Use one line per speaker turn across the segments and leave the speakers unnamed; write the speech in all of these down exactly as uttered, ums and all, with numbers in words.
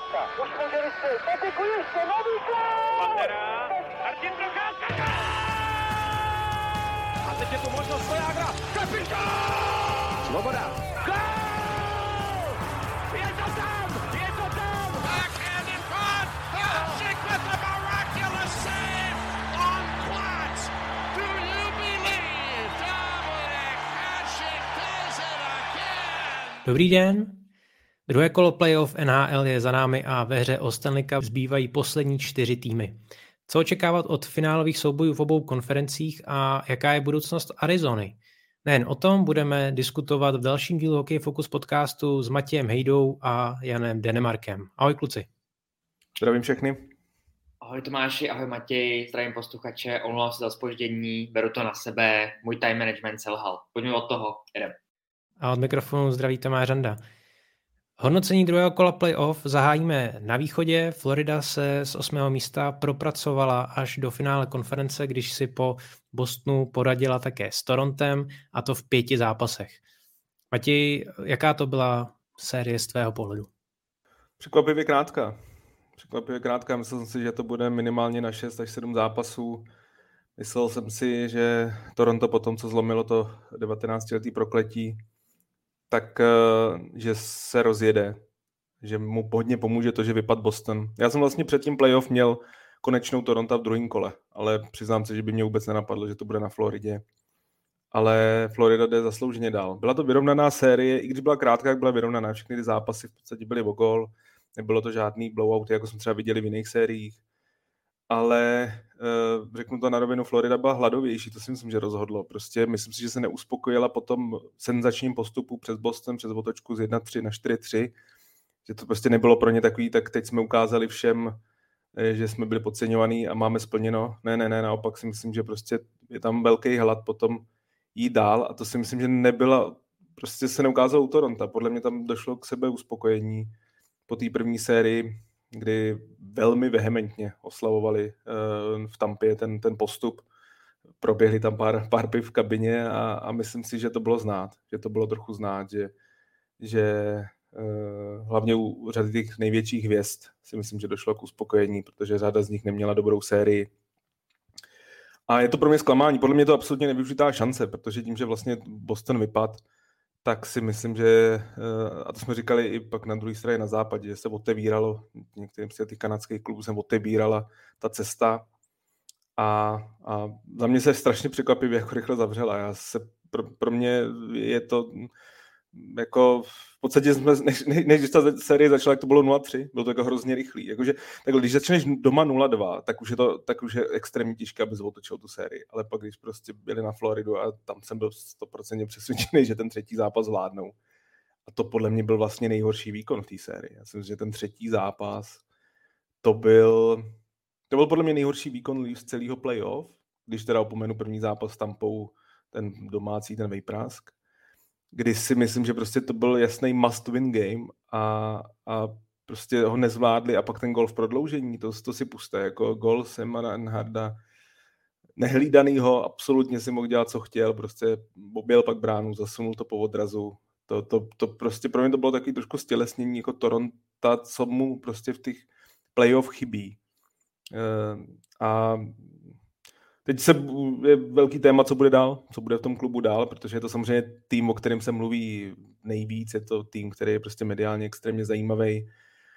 Už může vystřelit, Patiku ještě, nový gól!
Pantera, Martin Procházka! A teď je tu možnost Svojágra, kapitán!
Svoboda!
Gól! Je to tam, je to tam!
Backhand in front, Hasek with the miraculous save on Platz. Do you believe Dominik Hasek does it again?
Dobrý den. Druhé kolo playoff N H L je za námi a ve hře o Stanley Cup zbývají poslední čtyři týmy. Co očekávat od finálových soubojů v obou konferencích a jaká je budoucnost Arizony? Nejen o tom budeme diskutovat v dalším dílu Hockey Focus podcastu s Matějem Hejdou a Janem Denemarkem. Ahoj kluci.
Zdravím všechny.
Ahoj Tomáši, ahoj Matěj, zdravím posluchače, omlouvám se za zpoždění, beru to na sebe, můj time management selhal. Pojďme od toho, jedem.
A od mikrofonu zdraví Tomáš Randa. Hodnocení druhého kola playoff zahájíme na východě. Florida se z osmého místa propracovala až do finále konference, když si po Bostonu poradila také s Torontem, a to v pěti zápasech. Matěj, jaká to byla série z tvého pohledu?
Překvapivě krátká. Překvapivě krátká. Myslel jsem si, že to bude minimálně na šest až sedm zápasů. Myslel jsem si, že Toronto po tom, co zlomilo to devatenáctiletý prokletí, tak že se rozjede, že mu hodně pomůže to, že vypadl Boston. Já jsem vlastně před tím playoff měl konečnou Toronto v druhém kole, ale přiznám se, že by mě vůbec nenapadlo, že to bude na Floridě. Ale Florida jde zaslouženě dál. Byla to vyrovnaná série, i když byla krátká, jak byla vyrovnaná. Všechny ty zápasy v podstatě byly o gól. Nebylo to žádný blowout, jako jsme třeba viděli v jiných sériích. Ale uh, řeknu to na rovinu, Florida byla hladovější, to si myslím, že rozhodlo. Prostě myslím si, že se neuspokojila po tom senzačním postupu přes Boston, přes otočku z jedna tři na čtyři tři, že to prostě nebylo pro ně takový, tak teď jsme ukázali všem, že jsme byli podceňovaní a máme splněno. Ne, ne, ne, naopak si myslím, že prostě je tam velký hlad potom jít dál a to si myslím, že nebyla, prostě se neukázalo u Toronto. Podle mě tam došlo k sebeuspokojení po té první sérii, kdy velmi vehementně oslavovali uh, v Tampě ten, ten postup. Proběhli tam pár, pár piv v kabině a, a myslím si, že to bylo znát, že to bylo trochu znát, že, že uh, hlavně u řady těch největších hvězd si myslím, že došlo k uspokojení, protože řada z nich neměla dobrou sérii. A je to pro mě zklamání. Podle mě to absolutně nevyužitá šance, protože tím, že vlastně Boston vypadl, tak si myslím, že, a to jsme říkali i pak na druhé straně na západě, že se otevíralo, některým z těch kanadských klubů se otevírala ta cesta a, a za mě se strašně překvapivě jako rychle zavřela. Já se, pro, pro mě je to jako v podstatě jsme, než, než ta série začala, jak to bylo nula tři, bylo to jako hrozně rychlý. Jakože, takhle, když začneš doma nula dva, tak už je to tak už je extrémně těžké, aby otočil tu sérii. Ale pak, když prostě byli na Floridu a tam jsem byl sto procent přesvědčený, že ten třetí zápas zvládnou. A to podle mě byl vlastně nejhorší výkon v té sérii. Já si myslím, že ten třetí zápas, to byl, to byl podle mě nejhorší výkon Leafs celého playoff, když teda opomenu první zápas s Tampou, ten domácí, ten vejprask, kdy si myslím, že prostě to byl jasný must win game a, a prostě ho nezvládli a pak ten gol v prodloužení, to, to si puste, jako gol Sema Enharda, nehlídanýho, absolutně si mohl dělat, co chtěl, prostě objel pak bránu, zasunul to po odrazu, to, to, to prostě pro mě to bylo takový trošku stělesnění jako Toronto, co mu prostě v těch playoff chybí. Uh, a teď se je velký téma, co bude dál, co bude v tom klubu dál, protože je to samozřejmě tým, o kterém se mluví nejvíc, je to tým, který je prostě mediálně extrémně zajímavý.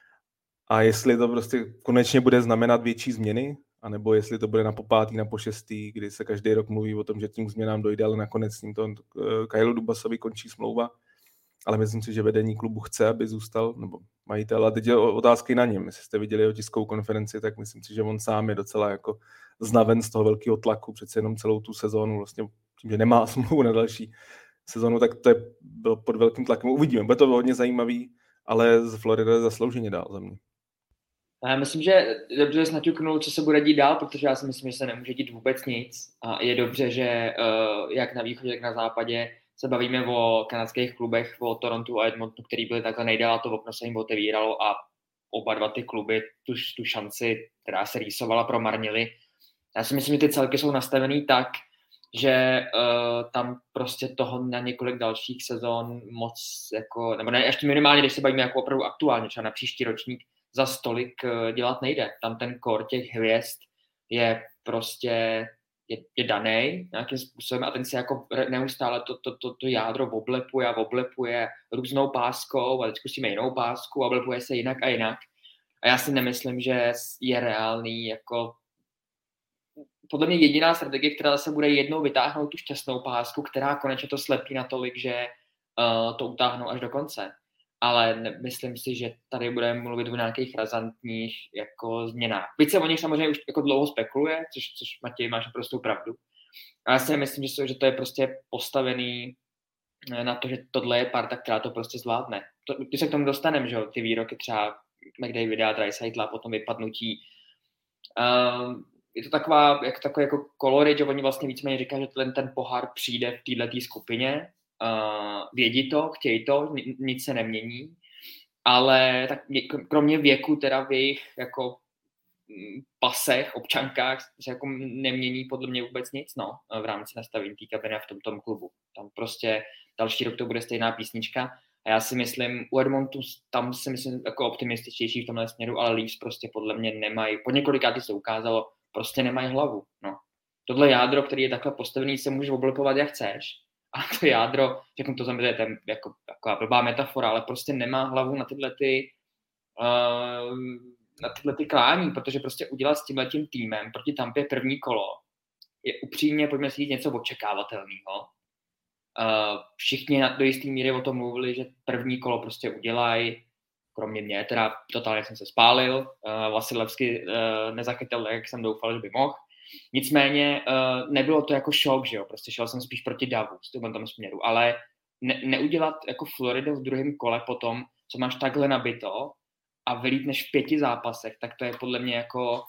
A jestli to prostě konečně bude znamenat větší změny, anebo jestli to bude na popátý, na pošestý, kdy se každý rok mluví o tom, že tím změnám dojde, ale nakonec s ním to Kyle Dubasovi končí smlouva. Ale myslím si, že vedení klubu chce, aby zůstal, nebo majitel. A teď je otázky na něm. Jestli jste viděli jeho tiskovou konferenci, tak myslím si, že on sám je docela jako znaven z toho velkého tlaku, přece jenom celou tu sezónu, vlastně tím, že nemá smlouvu na další sezónu, tak to je, bylo pod velkým tlakem. Uvidíme, bude to hodně zajímavý, ale z Florida je zaslouženě dál za mě.
Já myslím, že dobře jsi naťuknul, co se bude dít dál, protože já si myslím, že se nemůže dít vůbec nic. A je dobře, že uh, jak na východě, tak na západě se bavíme o kanadských klubech, o Torontu a Edmontonu, který byli takhle nejdál, to okno se jim otevíralo a oba dva ty kluby tu, tu šanci, která se rýsovala, promarnili. Já si myslím, že ty celky jsou nastavený tak, že uh, tam prostě toho na několik dalších sezon moc, jako, nebo ne, ještě minimálně, když se bavíme jako opravdu aktuálně, třeba na příští ročník, za stolik dělat nejde. Tam ten core těch hvězd je prostě je, je daný nějakým způsobem a ten se jako neustále to, to, to, to jádro oblepuje a oblepuje různou páskou a teď zkusíme jinou pásku a oblepuje se jinak a jinak. A já si nemyslím, že je reálný jako podle mě jediná strategie, která zase bude jednou vytáhnout tu šťastnou pásku, která konečně to slepí natolik, že uh, to utáhnou až do konce. Ale ne, myslím si, že tady budeme mluvit o nějakých razantních jako změnách. Byť se o nich samozřejmě už jako dlouho spekuluje, což, což Matěj, máš naprostou pravdu. A já si myslím, že, že to je prostě postavený na to, že tohle je parta, která to prostě zvládne. To, když se k tomu dostaneme, že ty výroky třeba McDavida, Dreisaitla, potom vypadnutí. Um, je to taková, jak, takový jako kolory, že oni vlastně víceméně říkají, že ten, ten pohár přijde v této skupině. Uh, vědí to, chtějí to, nic se nemění, ale tak kromě věku teda v jejich jako pasech, občankách se jako nemění podle mě vůbec nic, no, v rámci nastavení té kabiny v tom, tom klubu. Tam prostě další rok to bude stejná písnička a já si myslím, u Edmontu tam si myslím jako optimističtější v tomhle směru, ale Leafs prostě podle mě nemají, po několikátý se ukázalo, prostě nemají hlavu, no. Tohle jádro, který je takhle postavený, se můžeš oblepovat jak chceš, a to jádro, řeknu to samozřejmě, to je jako taková blbá metafora, ale prostě nemá hlavu na tyhle ty, uh, na tyhle ty klání, protože prostě udělat s tímhletím týmem proti Tampě první kolo je upřímně, pojďme si říct, něco očekávatelného. Uh, všichni na, do jistý míry o tom mluvili, že první kolo prostě udělají, kromě mě, teda totálně jsem se spálil, uh, Vasilevský uh, nezachytil, jak jsem doufal, že by mohl. Nicméně uh, nebylo to jako šok, že jo, prostě šel jsem spíš proti davu v tom, tom směru, ale ne, neudělat jako Floridu v druhém kole potom, co máš takhle nabito a vylítneš v pěti zápasech, tak to je podle mě jako,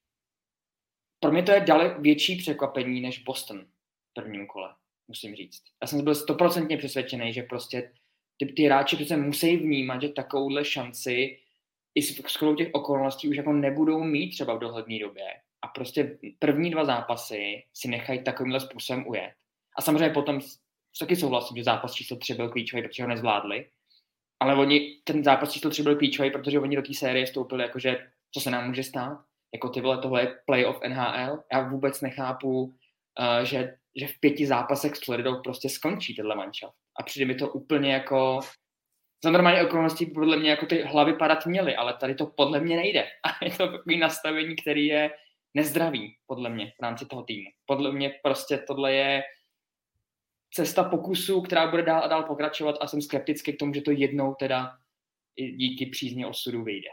pro mě to je daleko větší překvapení než Boston v prvním kole, musím říct. Já jsem byl stoprocentně přesvědčený, že prostě ty, ty hráči přece musí vnímat, že takovouhle šanci i s shodou těch okolností už jako nebudou mít třeba v dohledné době. A prostě první dva zápasy si nechají takovýmhle způsobem ujet. A samozřejmě potom taky souhlasím, že zápas číslo tři byl klíčový, protože ho nezvládli. Ale oni, ten zápas číslo tři byl klíčový, protože oni do té série vstoupili, jakože co se nám může stát. Jako ty vole, tohle je playoff N H L. Já vůbec nechápu, uh, že, že v pěti zápasech s Floridou prostě skončí tenhle manšaft. A přijde mi to úplně jako... Za normální okolností podle mě jako ty hlavy padat měly, ale tady to podle mě nejde. A je to takový nastavení, který je nezdravý, podle mě, v rámci toho týmu. Podle mě prostě tohle je cesta pokusů, která bude dál a dál pokračovat a jsem skeptický k tomu, že to jednou teda díky přízně osudu vyjde.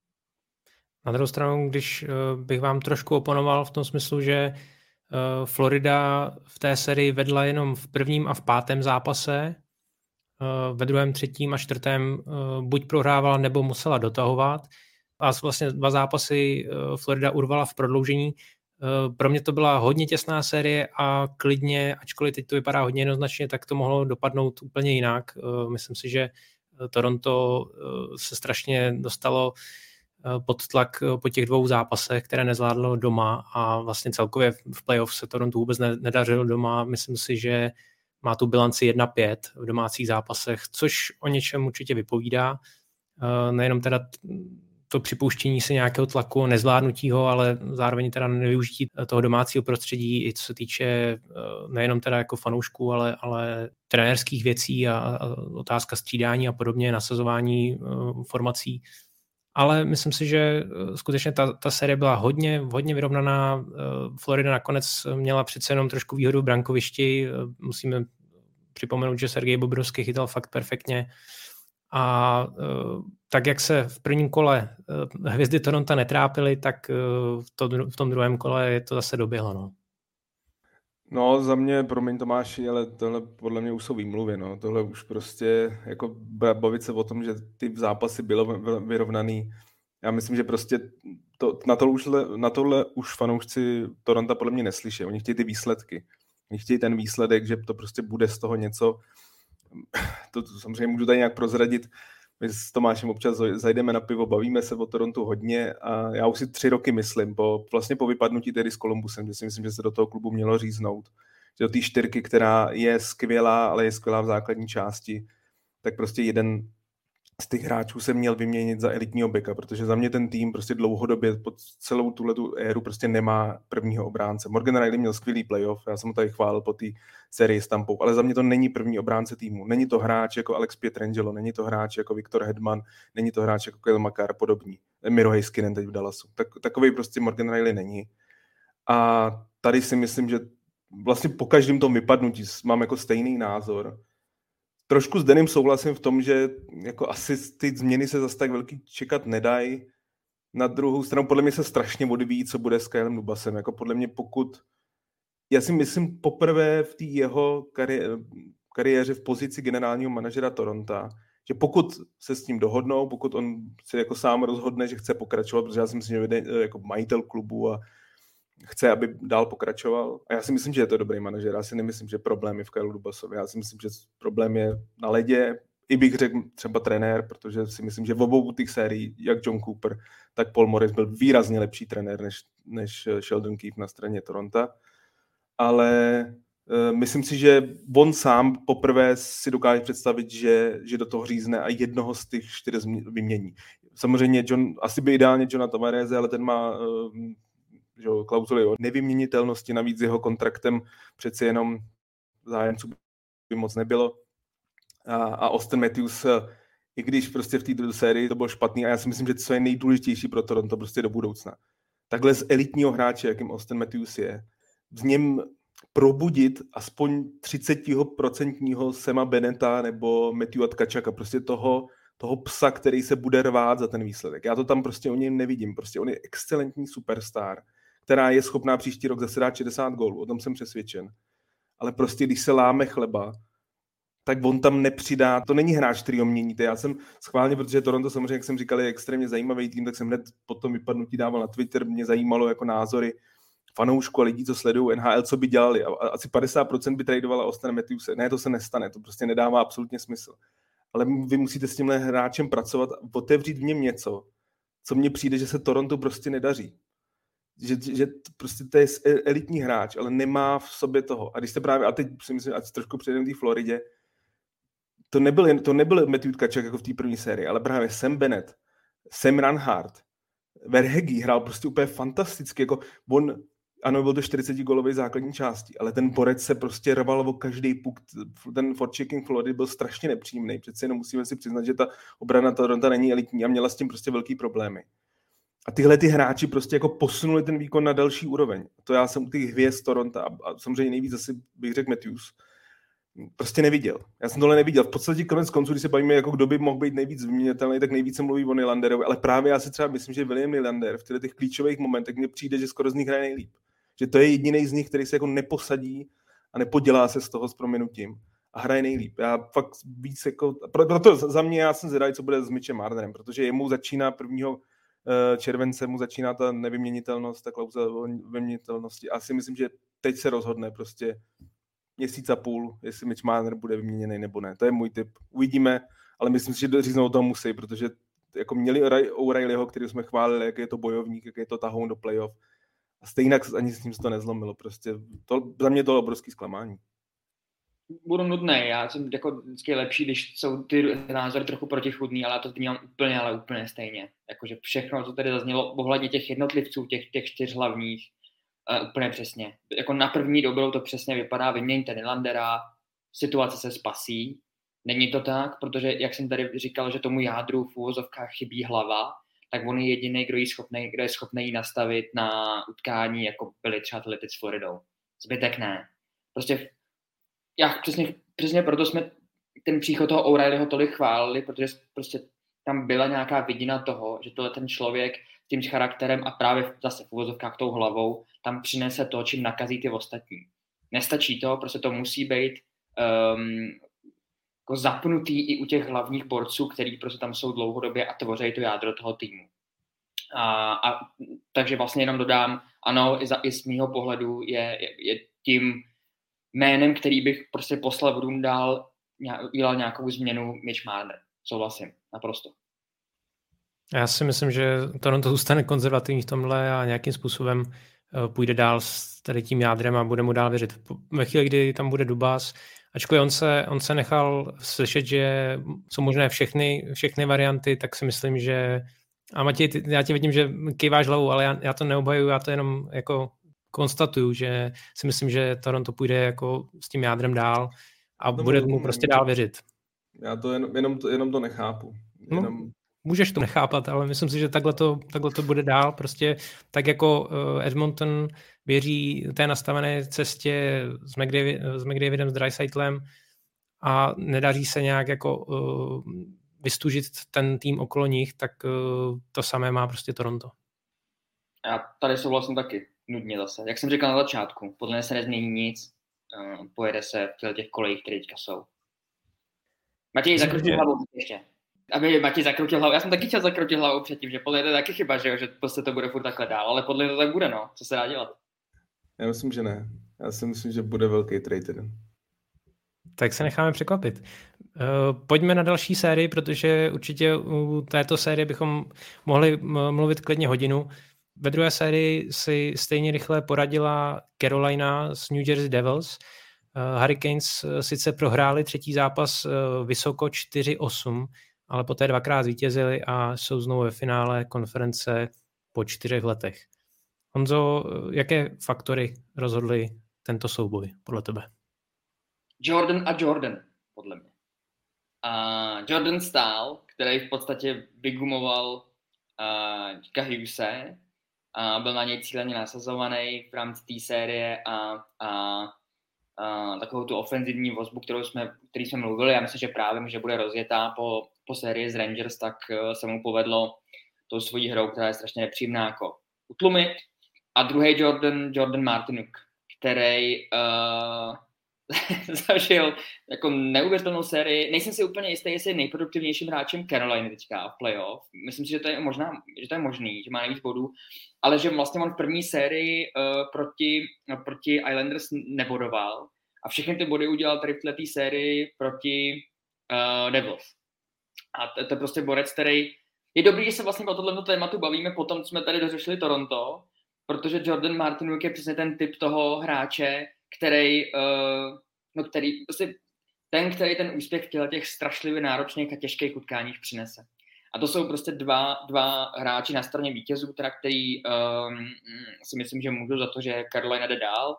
Na druhou stranu, když bych vám trošku oponoval v tom smyslu, že Florida v té sérii vedla jenom v prvním a v pátém zápase, ve druhém, třetím a čtvrtém buď prohrávala, nebo musela dotahovat. A vlastně dva zápasy Florida urvala v prodloužení. Pro mě to byla hodně těsná série a klidně, ačkoliv teď to vypadá hodně jednoznačně, tak to mohlo dopadnout úplně jinak. Myslím si, že Toronto se strašně dostalo pod tlak po těch dvou zápasech, které nezvládlo doma a vlastně celkově v playoff se Toronto vůbec nedařilo doma. Myslím si, že má tu bilanci jedna pět v domácích zápasech, což o něčem určitě vypovídá. Nejenom teda to připouštění se nějakého tlaku, nezvládnutího, ale zároveň teda nevyužití toho domácího prostředí, i co se týče nejenom teda jako fanoušků, ale, ale trenérských věcí a, a otázka střídání a podobně, nasazování uh, formací. Ale myslím si, že skutečně ta, ta série byla hodně, hodně vyrovnaná. Florida nakonec měla přece jenom trošku výhodu v brankovišti. Musíme připomenout, že Sergej Bobrovský chytal fakt perfektně. A tak, jak se v prvním kole hvězdy Toronto netrápily, tak v, to, v tom druhém kole je to zase doběhlo. No.
No, za mě, promiň Tomáši, ale tohle podle mě už jsou výmluvy, no. Tohle už prostě, jako bavit se o tom, že ty zápasy bylo vyrovnaný. Já myslím, že prostě to, na, to už, na tohle už fanoušci Toronto podle mě neslyší. Oni chtějí ty výsledky. Oni chtějí ten výsledek, že to prostě bude z toho něco. To, to samozřejmě můžu tady nějak prozradit. My s Tomášem občas zajdeme na pivo, bavíme se o Torontu hodně a já už si tři roky myslím, po, vlastně po vypadnutí tedy s Columbusem, že si myslím, že se do toho klubu mělo říznout. Že do té čtyřky, která je skvělá, ale je skvělá v základní části, tak prostě jeden z těch hráčů se měl vyměnit za elitního beka, protože za mě ten tým prostě dlouhodobě pod celou tuhletu éru prostě nemá prvního obránce. Morgan Riley měl skvělý playoff, já jsem ho tady chválil po té sérii s Tampou, ale za mě to není první obránce týmu. Není to hráč jako Alex Pietrangelo, není to hráč jako Viktor Hedman, není to hráč jako Kyle Makar podobný. Miro Heiskanen teď v Dallasu. Tak, takovej prostě Morgan Riley není. A tady si myslím, že vlastně po každém tom vypadnutí mám jako stejný názor. Trošku s Denim souhlasím v tom, že jako asi ty změny se zase tak velký čekat nedají. Na druhou stranu podle mě se strašně odvíjí, co bude s Kylem Dubasem. Jako podle mě pokud... Já si myslím poprvé v té jeho kari- kariéře v pozici generálního manažera Toronto, že pokud se s tím dohodnou, pokud on se jako sám rozhodne, že chce pokračovat, protože já si myslím, že je jako majitel klubu a chce, aby dál pokračoval. A já si myslím, že je to dobrý manažer. Já si nemyslím, že problém je v Kylu Dubasovi. Já si myslím, že problém je na ledě. I bych řekl třeba trenér, protože si myslím, že v obou těch sérií, jak John Cooper, tak Paul Maurice byl výrazně lepší trenér než, než Sheldon Keefe na straně Toronto. Ale uh, myslím si, že on sám poprvé si dokáže představit, že, že do toho řízne a jednoho z těch čtyř vymění. Samozřejmě John, asi by ideálně Johna Tavarese, ale ten má uh, klauzuly o nevyměnitelnosti, navíc jeho kontraktem přeci jenom zájemců by moc nebylo. A, a Austin Matthews, i když prostě v té druhé sérii to bylo špatný, a já si myslím, že co je nejdůležitější pro Toronto prostě do budoucna. Takhle z elitního hráče, jakým Austin Matthews je, v něm probudit aspoň třicet procent Sema Beneta nebo Matthewa Tkachaka, prostě toho, toho psa, který se bude rvát za ten výsledek. Já to tam prostě o něm nevidím. Prostě on je excelentní superstar, která je schopná příští rok zase dát šedesát gólů, o tom jsem přesvědčen. Ale prostě, když se láme chleba, tak on tam nepřidá, to není hráč, který ho měníte. Já jsem schválně, protože Toronto samozřejmě, jak jsem říkal, je extrémně zajímavý tým, tak jsem hned po tom vypadnutí dával na Twitter, mě zajímalo jako názory fanoušků a lidí, co sledují N H L, co by dělali. A asi padesát procent by tradovala Austina Matthewse. Ne, to se nestane, to prostě nedává absolutně smysl. Ale vy musíte s tímhle hráčem pracovat, otevřít v něm něco, co mně přijde, že se Toronto prostě nedaří. Že, že prostě to je elitní hráč, ale nemá v sobě toho. A když jste právě, a teď si myslím, ať trošku přejdeme v té Floridě, to nebyl, jen, to nebyl Matthew Tkachuk jako v té první sérii, ale právě Sam Bennett, Sam Reinhart, Verhegi hrál prostě úplně fantasticky. Jako on, ano, byl to čtyřicetigolový základní části, ale ten borec se prostě rval o každý puk. Ten forechecking Floridy byl strašně nepříjemný. Přece jenom musíme si přiznat, že ta obrana Toronto není elitní a měla s tím prostě velký problémy. A tyhle ty hráči prostě jako posunuli ten výkon na další úroveň. To já jsem u těch hvězd Toronto a, a samozřejmě nejvíc asi bych řekl Matthews. Prostě neviděl. Já jsem tohle neviděl. V podstatě konec konců, když se bavíme, jako kdo by mohl být nejvíc vyměnitelný, tak nejvíce mluví o Nylanderovi, ale právě já si třeba myslím, že William Nylander v těch klíčových momentech mně přijde, že skoro z nich hraje nejlíp. Že to je jediný z nich, který se jako neposadí a nepodělá se z toho s prominutím a hraje nejlíp. Já fakt víc jako, proto za mě já jsem zvědavý, co bude s Mitchem Marnerem, protože jemu začíná prvního července mu začíná ta nevyměnitelnost, ta klauzule o vyměnitelnosti. A si myslím, že teď se rozhodne prostě měsíc a půl, jestli Mitch Marner bude vyměněný nebo ne. To je můj tip. Uvidíme, ale myslím si, že říznout toho musí, protože jako měli O'Reillyho, který jsme chválili, jak je to bojovník, jak je to tahoun do playoff. A stejně ani s ním se to nezlomilo. Prostě to, za mě to je obrovský zklamání.
Budu nudný, já jsem jako vždycky lepší, když jsou ty názory trochu protichůdný, ale já to vnímám úplně, ale úplně stejně. Jakože všechno, co tady zaznělo ohledně těch jednotlivců, těch, těch čtyř hlavních, uh, úplně přesně. Jako na první dobrou to přesně vypadá, vyměňte Nylandera, situace se spasí. Není to tak, protože jak jsem tady říkal, že tomu jádru v úvozovkách chybí hlava, tak on je jediný, kdo je schopný, kdo je schopný ji nastavit na utkání, jako byly třeba ty lety s Floridou. Zbytek ne. Prostě já přesně, přesně proto jsme ten příchod toho O'Reillyho tolik chválili, protože prostě tam byla nějaká vidina toho, že tohle ten člověk s tím charakterem a právě zase v uvozovkách tou hlavou tam přinese to, čím nakazí ty ostatní. Nestačí to, prostě to musí být um, jako zapnutý i u těch hlavních borců, který prostě tam jsou dlouhodobě a tvoří to jádro toho týmu. A, a takže vlastně jenom dodám, ano, i, za, i z mýho pohledu je, je, je tím jménem, který bych prostě poslal vodům dál, udělal nějakou změnu Mitch Marner. Souhlasím, naprosto.
Já si myslím, že Toronto zůstane konzervativní v tomhle a nějakým způsobem půjde dál s tady tím jádrem a bude mu dál věřit. Ve chvíli, kdy tam bude Dubas Ačkoliv on se, on se nechal slyšet, že jsou možné všechny, všechny varianty, tak si myslím, že a Matěj, ty, já ti vidím, že kýváš hlavou, ale já, já to neobhajuju, já to jenom jako konstatuju, že si myslím, že Toronto půjde jako s tím jádrem dál a no, bude mu prostě dál věřit.
Já to jen, jenom, to, jenom to nechápu. Jenom...
No, můžeš to nechápat, ale myslím si, že takhle to, takhle to bude dál. Prostě tak jako Edmonton věří té nastavené cestě s McDavid, s McDavidem, s Dreisaitlem a nedaří se nějak jako uh, vystužit ten tým okolo nich, tak uh, to samé má prostě Toronto.
Já tady souhlasím taky nudně zase. Jak jsem říkal na začátku, podle mě se nezmění nic, uh, pojede se v těch kolejích, které teďka jsou. Matěj, zakrutil hlavu ještě. Aby Matěj zakrutil hlavu. Já jsem taky chtěl zakrutit hlavu předtím, že podle mě to je taky chyba, že, jo? Že prostě to bude furt takhle dál, ale podle mě to tak bude, no. Co se dá dělat?
Já myslím, že ne. Já si myslím, že bude velký trade jeden.
Tak se necháme překvapit. Uh, pojďme na další sérii, protože určitě u této série bychom mohli mluvit klidně hodinu. Ve druhé sérii si stejně rychle poradila Carolina s New Jersey Devils. Uh, Hurricanes sice prohráli třetí zápas uh, vysoko čtyři osm, ale poté dvakrát zvítězili a jsou znovu ve finále konference po čtyřech letech. Honzo, jaké faktory rozhodly tento souboj podle tebe?
Jordan a Jordan, podle mě. A Jordan Staal, který v podstatě vygumoval uh, Hughese a byl na něj cíleně nasazovaný v rámci té série a, a, a takovou tu ofenzivní vozbu, kterou jsme, který jsme mluvili. Já myslím, že právě, že bude rozjetá po, po sérii z Rangers, tak uh, se mu povedlo tou svojí hrou, která je strašně nepříjemná, jako utlumit. A druhý Jordan, Jordan Martinuk, který uh, zažil jako neuvěřitelnou sérii. Nejsem si úplně jistý, jestli je nejproduktivnějším hráčem Caroliny teďka v playoff. Myslím si, že to je možná, že to je možný, že má nejvíc bodů, ale že vlastně on v první sérii uh, proti, uh, proti Islanders nebodoval a všechny ty body udělal tady v této sérii proti uh, Devils. A to, to je prostě borec, který je dobrý, že se vlastně o tohle tématu bavíme potom, co jsme tady dořešili Toronto, protože Jordan Martinuk je přesně ten typ toho hráče, který, uh, no který, prostě ten, který ten úspěch v těch strašlivě náročných a těžkých utkáních přinese. A to jsou prostě dva, dva hráči na straně vítězů, teda, který um, si myslím, že můžou za to, že Carolina jde dál.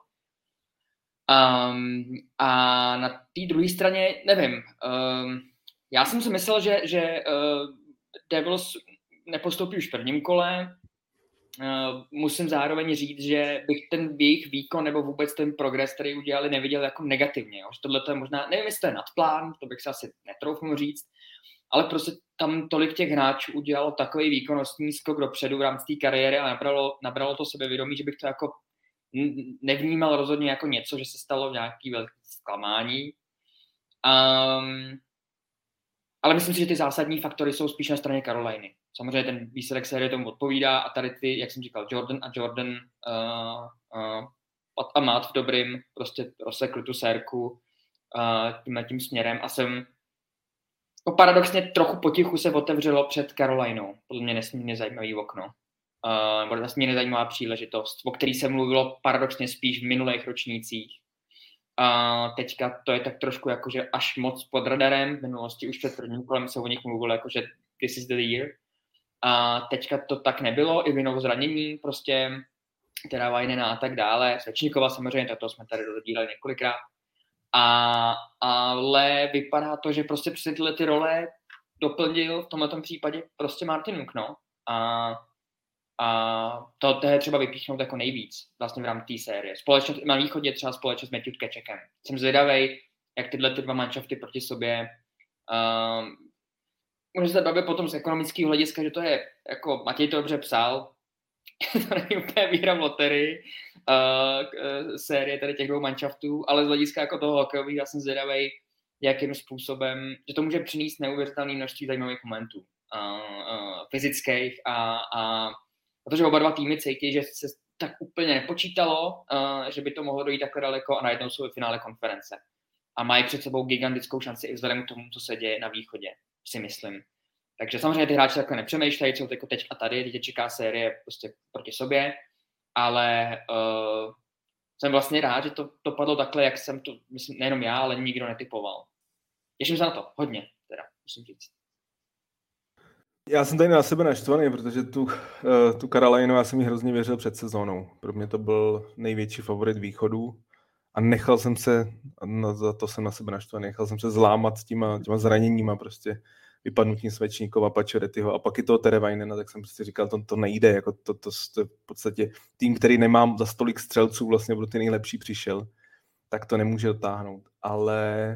Um, a na té druhé straně, nevím, um, já jsem si myslel, že, že uh, Devils nepostoupí už v prvním kole. Uh, musím zároveň říct, že bych ten jejich výkon nebo vůbec ten progres, který udělali, neviděl jako negativně. Jo. Tohle to je možná, nevím, jestli to je nadplán, to bych se asi netroufnul říct, ale prostě tam tolik těch hráčů udělalo takový výkonnostní skok dopředu v rámci té kariéry a nabralo, nabralo to sebevědomí, že bych to jako nevnímal rozhodně jako něco, že se stalo v nějaký velké zklamání. Um, ale myslím si, že ty zásadní faktory jsou spíš na straně Caroliny. Samozřejmě ten výsledek série tomu odpovídá a tady ty, jak jsem říkal, Jordan a Jordan uh, uh, a Matt v dobrým prostě rozsekli tu sérku uh, tím, tím směrem a jsem no paradoxně trochu potichu se otevřelo před Carolinou. Podle mě nesmírně zajímavý okno. Uh, nebo nesmírně zajímavá příležitost, o který se mluvilo paradoxně spíš v minulých ročnících. Uh, teďka to je tak trošku jakože až moc pod radarem. V minulosti už před prvním kolem se o nich mluvilo jakože this is the year. A teďka to tak nebylo, i vinou zranění, prostě, která Vajnena a tak dále. Svečníkova samozřejmě, tak to jsme tady dodíleli několikrát. A, ale vypadá to, že prostě přes tyhle ty role doplnil v tomto případě prostě Martinuk, no. A, a to, to je třeba vypíchnout jako nejvíc vlastně v rámci té série. Společnost na východě třeba společnost s Matthew Tkečekem. Jsem zvědavej, jak tyhle ty dva manšafty proti sobě um, může se bavit potom z ekonomického hlediska, že to je, jako Matěj to dobře psal, to není úplně výhra v loterii, uh, série tady těch dvou manšaftů, ale z hlediska jako toho hokejového já jsem zvědavej, jakým způsobem, že to může přinést neuvěřitelné množství zajímavých momentů uh, uh, fyzických a, a protože oba dva týmy cítí, že se tak úplně nepočítalo, uh, že by to mohlo dojít takhle daleko a najednou jsou v finále konference. A mají před sebou gigantickou šanci i vzhledem k tomu, co se děje na východě, si myslím. Takže samozřejmě ty hráči takhle nepřemýšlejí, jsou jako teď a tady, teď čeká série prostě proti sobě, ale uh, jsem vlastně rád, že to, to padlo takhle, jak jsem to, myslím, nejenom já, ale nikdo netypoval. Těším se na to, hodně, teda, musím říct.
Já jsem tady na sebe naštvaný, protože tu, uh, tu Carolinu, já jsem jí hrozně věřil před sezónou. Pro mě to byl největší favorit východu a nechal jsem se, no, za to jsem na sebe naštvaný, nechal jsem se zlámat těma, těma zraněníma, prostě vypadnutím Svečníkova, Paciorettyho a pak i toho Teravainena, tak jsem prostě říkal, to, to nejde, jako to, to, to je v podstatě tým, který nemám za stolik střelců, vlastně budu ty nejlepší přišel, tak to nemůže dotáhnout, ale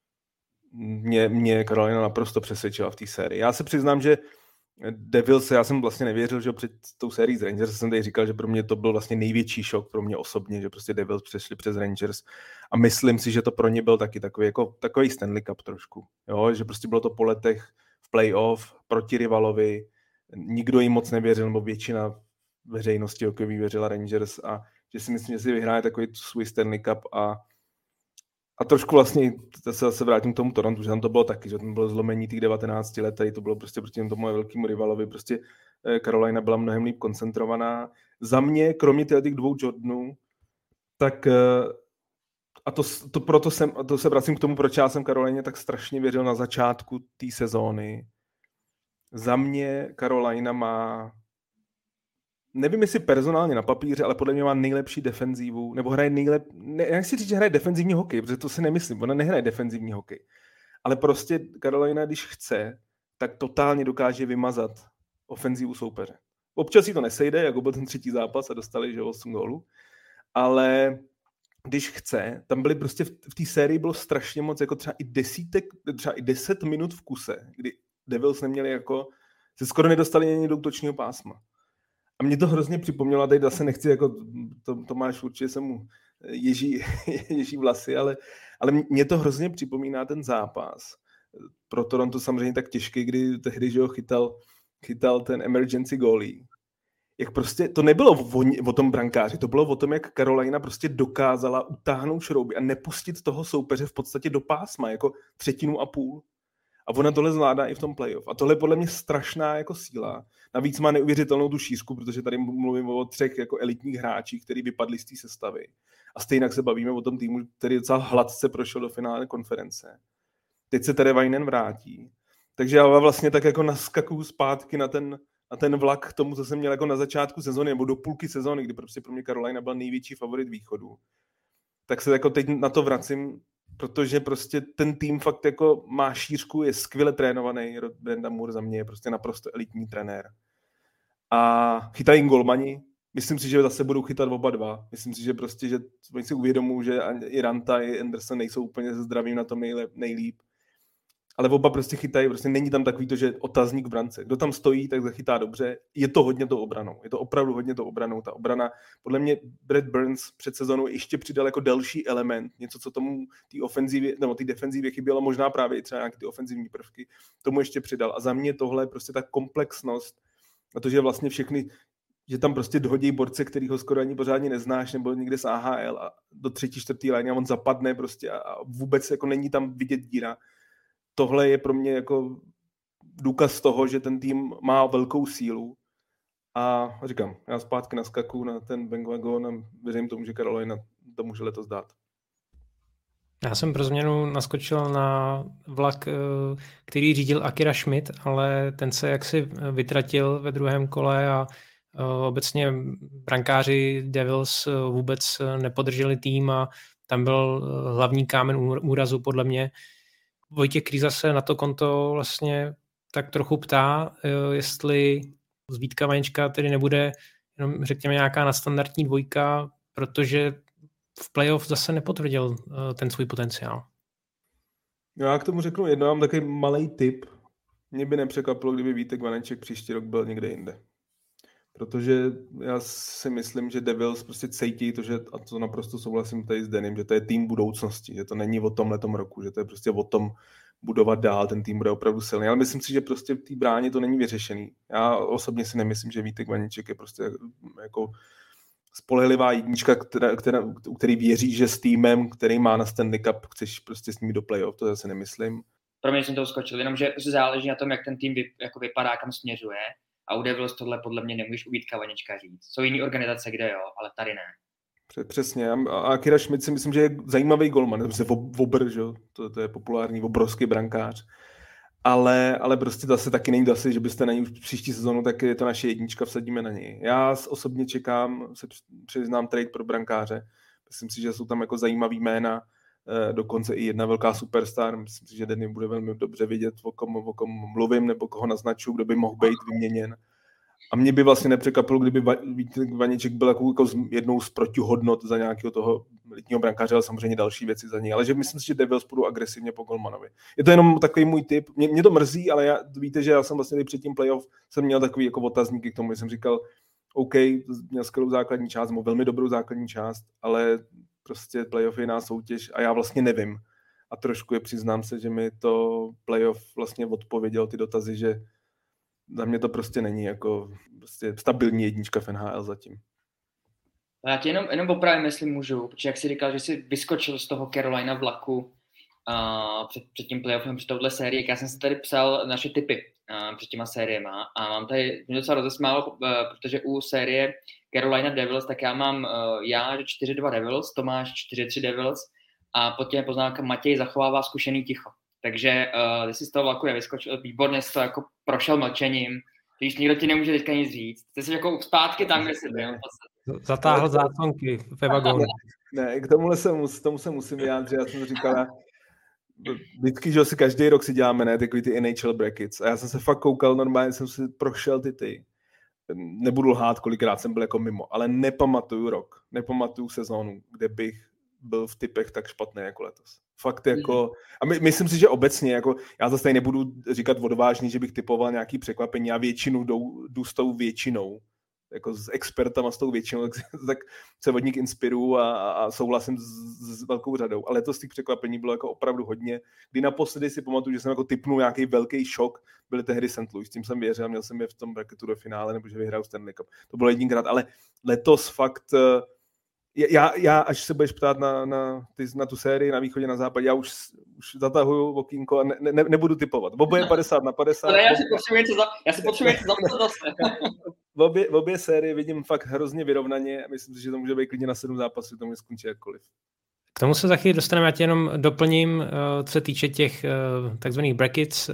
mě, mě Carolina naprosto přesvědčila v té sérii. Já se přiznám, že Devils, já jsem vlastně nevěřil, že před tou sérií z Rangers jsem tady říkal, že pro mě to byl vlastně největší šok pro mě osobně, že prostě Devils přešli přes Rangers a myslím si, že to pro ně byl taky takový, jako, takový Stanley Cup trošku, jo? Že prostě bylo to po letech v playoff proti rivalovi, nikdo jim moc nevěřil, nebo většina veřejnosti hokejový věřila Rangers a že si myslím, že si vyhraje takový svůj Stanley Cup a A trošku vlastně, se zase vrátím k tomu Torontu, že tam to bylo taky, že tam bylo zlomení těch devatenácti let, tady to bylo prostě proti tomu velkému rivalovi, prostě Carolina byla mnohem líp koncentrovaná. Za mě, kromě těch dvou Jordanů, tak a to, to proto jsem, a to se vracím k tomu, proč já jsem Carolině tak strašně věřil na začátku té sezóny. Za mě Carolina má, nevím, jestli personálně na papíře, ale podle mě má nejlepší defenzívu, nebo hraje nejlep... Ne, já nechci říct, že hraje defenzivní hokej, protože to si nemyslím, ona nehraje defenzivní hokej. Ale prostě Carolina, když chce, tak totálně dokáže vymazat ofenzívu soupeře. Občas si to nesejde, jako byl ten třetí zápas a dostali, že osm gólů, ale když chce, tam byly prostě v, v té sérii bylo strašně moc, jako třeba i desítek, třeba i deset minut v kuse, kdy Devils neměli jako, se skoro nedostali ani do útočního pásma. A mě to hrozně připomnělo, a teď zase nechci, jako to, Tomáš určitě se mu ježí, ježí vlasy, ale, ale mě to hrozně připomíná ten zápas. Pro Toronto samozřejmě tak těžký, kdy tehdy, že ho chytal, chytal ten emergency goalie. Jak prostě, to nebylo o, o tom brankáři, to bylo o tom, jak Carolina prostě dokázala utáhnout šrouby a nepustit toho soupeře v podstatě do pásma, jako třetinu a půl. A ona tohle zvládá i v tom playoff. A tohle je podle mě strašná jako síla. Navíc má neuvěřitelnou tu šířku, protože tady mluvím o třech jako elitních hráčích, kteří vypadli z té sestavy. A stejně se bavíme o tom týmu, který docela hladce prošel do finále konference. Teď se Teravainen vrátí. Takže já vlastně tak jako naskakuju zpátky na ten, na ten vlak k tomu, co jsem měl jako na začátku sezóny, nebo do půlky sezóny, kdy prostě pro mě Carolina byla největší favorit východu. Tak se jako teď na to vracím, protože prostě ten tým fakt jako má šířku, je skvěle trénovaný, Brendan Moore za mě je prostě naprosto elitní trenér. A chytají golmani, myslím si, že zase budou chytat oba dva. Myslím si, že prostě, že oni si uvědomují, že i Ranta, i Anderson nejsou úplně se zdravím na tom nejlep, nejlíp. Ale oba prostě chytají, prostě není tam takový to, že otazník v brance. Kdo tam stojí, tak zachytá dobře. Je to hodně to obranou. Je to opravdu hodně to obranou. Ta obrana, podle mě Brad Burns před sezónou ještě přidal jako další element, něco, co tomu té ofenzivě, nebo té defenzivě chybělo, možná právě i třeba nějaké ty ofenzivní prvky, tomu ještě přidal. A za mě tohle je prostě ta komplexnost, a to, že vlastně všechny, že tam prostě dohodí borce, kterýho skoro ani pořádně neznáš, nebo někde z A H L a do třetí, čtvrtý line a on zapadne prostě a, a vůbec jako není tam vidět díra. Tohle je pro mě jako důkaz toho, že ten tým má velkou sílu a říkám, já zpátky naskakuju na ten bandwagon a věřím tomu, že Carolina to může letos dát.
Já jsem pro změnu naskočil na vlak, který řídil Akira Schmidt, ale ten se jaksi vytratil ve druhém kole a obecně brankáři Devils vůbec nepodrželi tým a tam byl hlavní kámen úrazu podle mě. Vojtěch Krýza se na to konto vlastně tak trochu ptá, jestli z Vítka Vaněčka tedy nebude jenom řekněme nějaká nadstandardní dvojka, protože v playoff zase nepotvrdil ten svůj potenciál.
Já k tomu řeknu jedno, mám takový malej tip. Mě by nepřekvapilo, kdyby Vítek Vaněček příští rok byl někde jinde. Protože já si myslím, že Devils prostě cítí to, že, a to naprosto souhlasím tady s Denim, že to je tým budoucnosti, že to není o tomhletom roku, že to je prostě o tom budovat dál, ten tým bude opravdu silný. Ale myslím si, že prostě v té bráně to není vyřešený. Já osobně si nemyslím, že Vítek Vaněček je prostě jako spolehlivá jednička, která, která, u který věří, že s týmem, který má na Stanley Cup, chceš prostě s ním do playoff, to zase nemyslím.
Pro mě jsem to uskočil, jenomže prostě záleží na tom, jak ten tým vy, jako vypadá, kam směřuje. A u Devils tohle podle mě nemůžeš u Vítka Vaněčka říct. Jsou jiný organizace, kde jo, ale tady ne.
Přesně. A Akira Schmidt si myslím, že je zajímavý golman. To je Vobr, že? To, to je populární obrovský brankář. Ale, ale prostě zase taky není asi, že byste na něj příští sezonu, tak je to naše jednička, vsadíme na něj. Já osobně čekám, se přiznám, trade pro brankáře. Myslím si, že jsou tam jako zajímavý jména, dokonce i jedna velká superstar. Myslím si, že Denny bude velmi dobře vidět, o kom, o kom mluvím, nebo koho naznačuju, kdo by mohl být vyměněn. A mě by vlastně nepřekvapilo, kdyby Vaněček byl jako, jako jednou z protihodnot za nějakého toho letního brankáře, ale samozřejmě další věci za něj. Ale že myslím si, že Devils budou agresivně po golmanovi. Je to jenom takový můj tip. Mě, mě to mrzí, ale já, víte, že já jsem vlastně před tím playoff jsem měl takový jako otazníky k tomu, že jsem říkal, OK, měl skvělou základní část, měl velmi dobrou základní část, ale prostě playoff je jiná soutěž a já vlastně nevím. A trošku je, přiznám se, že mi to playoff vlastně odpověděl ty dotazy, že za mě to prostě není jako prostě stabilní jednička v N H L zatím.
Já ti jenom, jenom opravím, jestli můžu, protože jak jsi říkal, že jsi vyskočil z toho Carolina vlaku uh, před, před tím playoffem, před touhle sérii, já jsem si tady psal naše tipy uh, před těma sériema a mám tady, mě docela rozesmálo, uh, protože u série Carolina Devils, tak já mám uh, já, že čtyři dva Devils, Tomáš čtyři tři Devils a pod těmi poznámka Matěj zachovává zkušený ticho. Takže uh, ty jsi z toho vlaku nevyskočil, výborně jsi to jako prošel mlčením, když nikdo ti nemůže teďka nic říct. Ty jsi jako zpátky tam, kde jsi byl.
Zatáhl záclonky ve vagónu.
Ne, ne, k tomuhle se, mus, tomu se musím vyjádřit. Já jsem říkal, vždycky, že si každý rok si děláme, ne, takový ty N H L brackets. A já jsem se fakt koukal, normálně jsem si prošel ty ty. Nebudu lhát, kolikrát jsem byl jako mimo, ale nepamatuju rok, nepamatuju sezónu, kde bych byl v typech tak špatný jako letos. Fakt jako, a my, myslím si, že obecně, jako, já zase tady nebudu říkat odvážný, že bych typoval nějaký překvapení, já většinu jdu, jdu s tou většinou, jako s expertama s tou většinou, tak, tak se od nich inspiruju a, a souhlasím s, s velkou řadou. Ale letos těch překvapení bylo jako opravdu hodně, kdy naposledy si pamatuju, že jsem jako typnul nějaký velký šok, byly tehdy Saint Louis, s tím jsem věřil, měl jsem je v tom bracketu do finále, nebo že vyhraju Stanley Cup. To bylo jedinkrát, ale letos fakt Já, já, až se budeš ptát na, na, ty, na tu sérii na východě, na západě, já už, už zatahuju okýnko a ne, ne, nebudu typovat. Oboje padesát na padesát.
Ale já si potřebuji něco za, já si potřebuji něco za zase.
V obě, v obě série vidím fakt hrozně vyrovnaně a myslím si, že to může být klidně na sedm zápasů, to může skončit jakkoliv.
K tomu se za chvíli dostaneme, já tě jenom doplním, co se týče těch takzvaných brackets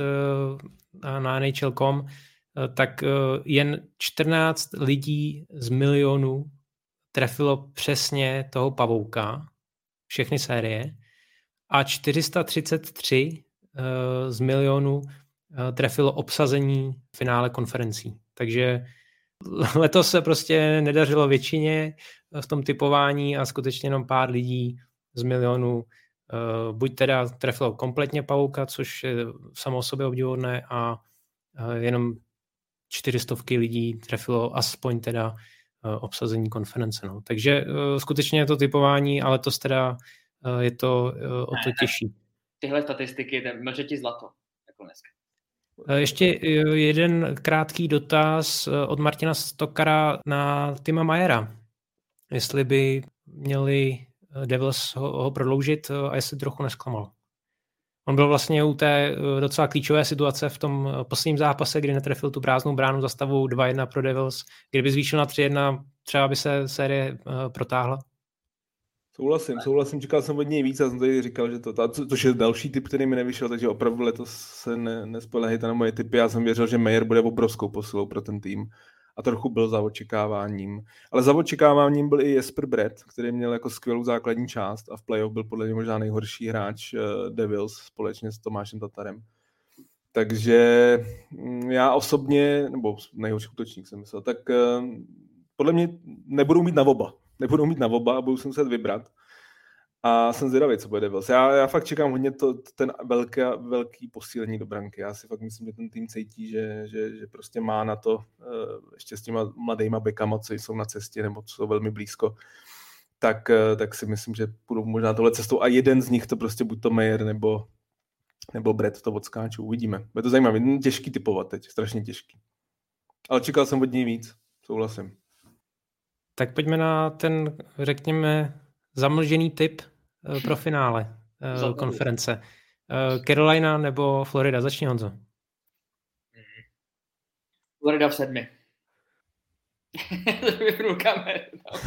na N H L tečka com, tak jen čtrnáct lidí z milionů trefilo přesně toho pavouka, všechny série, a čtyři sta třicet tři uh, z milionů uh, trefilo obsazení finále konferencí. Takže letos se prostě nedařilo většině v tom typování a skutečně jenom pár lidí z milionů uh, buď teda trefilo kompletně pavouka, což je samo o sobě obdivuhodné, a uh, jenom čtyřistovky lidí trefilo aspoň teda obsazení konference. No. Takže uh, skutečně je to typování, ale to teda uh, je to uh, o to těžší.
Tyhle statistiky, mlže ti zlato. Jako dneska.
Uh, ještě uh, jeden krátký dotaz uh, od Martina Stokara na Tima Mayera. Jestli by měli uh, Devils ho, ho prodloužit uh, a jestli trochu nesklamal. On byl vlastně u té uh, docela klíčové situace v tom uh, posledním zápase, kdy netrefil tu prázdnou bránu za stavu dva jedna pro Devils. Kdyby zvýšil na tři jedna, třeba by se série uh, protáhla.
Souhlasím, souhlasím, čekal jsem od něj víc, já jsem tady říkal, že to, to což je další typ, který mi nevyšel, takže opravdu letos se ne, nespolehejte na moje typy. Já jsem věřil, že Mayer bude obrovskou posilou pro ten tým a trochu byl za očekáváním. Ale za očekáváním byl i Jesper Bratt, který měl jako skvělou základní část a v playoff byl podle mě možná nejhorší hráč uh, Devils společně s Tomášem Tatarem. Takže já osobně, nebo nejhorší útočník jsem myslel, tak uh, podle mě nebudou mít na oba. Nebudou mít na oba a budu se muset vybrat. A jsem zvědavý, co bude Devils. Já, já fakt čekám hodně to, ten velký, velký posílení do branky. Já si fakt myslím, že ten tým cítí, že, že, že prostě má na to uh, ještě s těma mladejma bekama, co jsou na cestě nebo co jsou velmi blízko, tak, uh, tak si myslím, že půjdou možná tohle cestou a jeden z nich to prostě buď to Mayer nebo, nebo Brett to odskáčou. Uvidíme. Bude to zajímavé. Těžký typovat teď, strašně těžký. Ale čekal jsem od něj víc. Souhlasím. Tak
pojďme na ten, řekněme, zamlžený tip pro finále uh, konference. Uh, Carolina nebo Florida? Začni, Honzo.
Florida v sedmi. Vypnul kameru.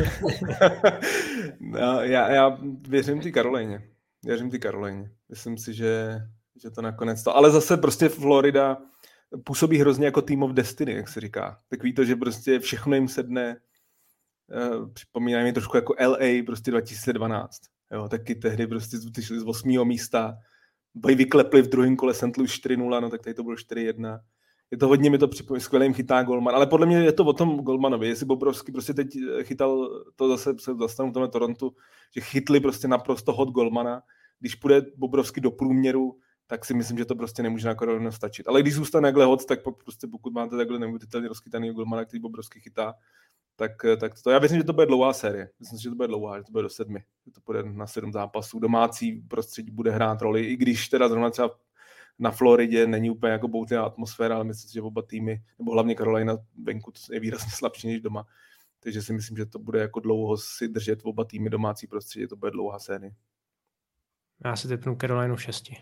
No, já, já věřím ty Karolíně. Věřím ty Karolíně. Myslím si, že, že to nakonec to. Ale zase prostě Florida působí hrozně jako team of destiny, jak se říká. Takový to, že prostě všechno jim sedne. Uh, připomínají mi trošku jako L A prostě dva tisíce dvanáct. Jo, taky tehdy prostě ty šli z osmého místa, bají vyklepli v druhém kole Saint Louis čtyři nula, no tak tady to bylo čtyři jedna. Je to hodně, mi to připomíná, skvěle jim chytá golman, ale podle mě je to o tom golmanovi, jestli Bobrovský prostě teď chytal, to zase se zastanu tomu Torontu, že chytli prostě naprosto hot golmana, když půjde Bobrovský do průměru, tak si myslím, že to prostě nemůže na Karolinu stačit. Ale když zůstane takhle hot, tak prostě pokud máte takhle neuvěřitelně rozchytaný golmana, který Bobrovský chytá, tak, tak to, já věřím, že to bude dlouhá série. Myslím, že to bude dlouhá, že to bude do sedmi. Že to bude na sedm zápasů. Domácí prostředí bude hrát roli, i když teda zrovna třeba na Floridě není úplně jako bouřlivá atmosféra, ale myslím si, že oba týmy, nebo hlavně Carolina venku je výrazně slabší než doma. Takže si myslím, že to bude jako dlouho si držet oba týmy domácí prostředí. To bude dlouhá série.
Já si typnu Carolinu v šesti.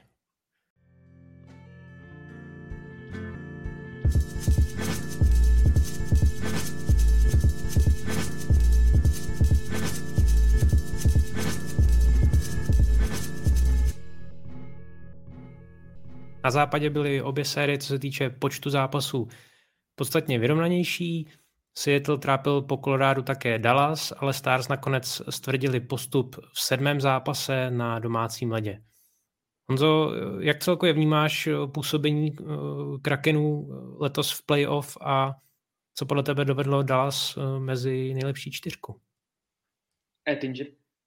Na západě byly obě série, co se týče počtu zápasů, podstatně vyrovnanější. Seattle trápil po Colorádu také Dallas, ale Stars nakonec stvrdili postup v sedmém zápase na domácím ledě. Honzo, jak celkově vnímáš působení Krakenů letos v playoff a co podle tebe dovedlo Dallas mezi nejlepší čtyřku?
Ettinger.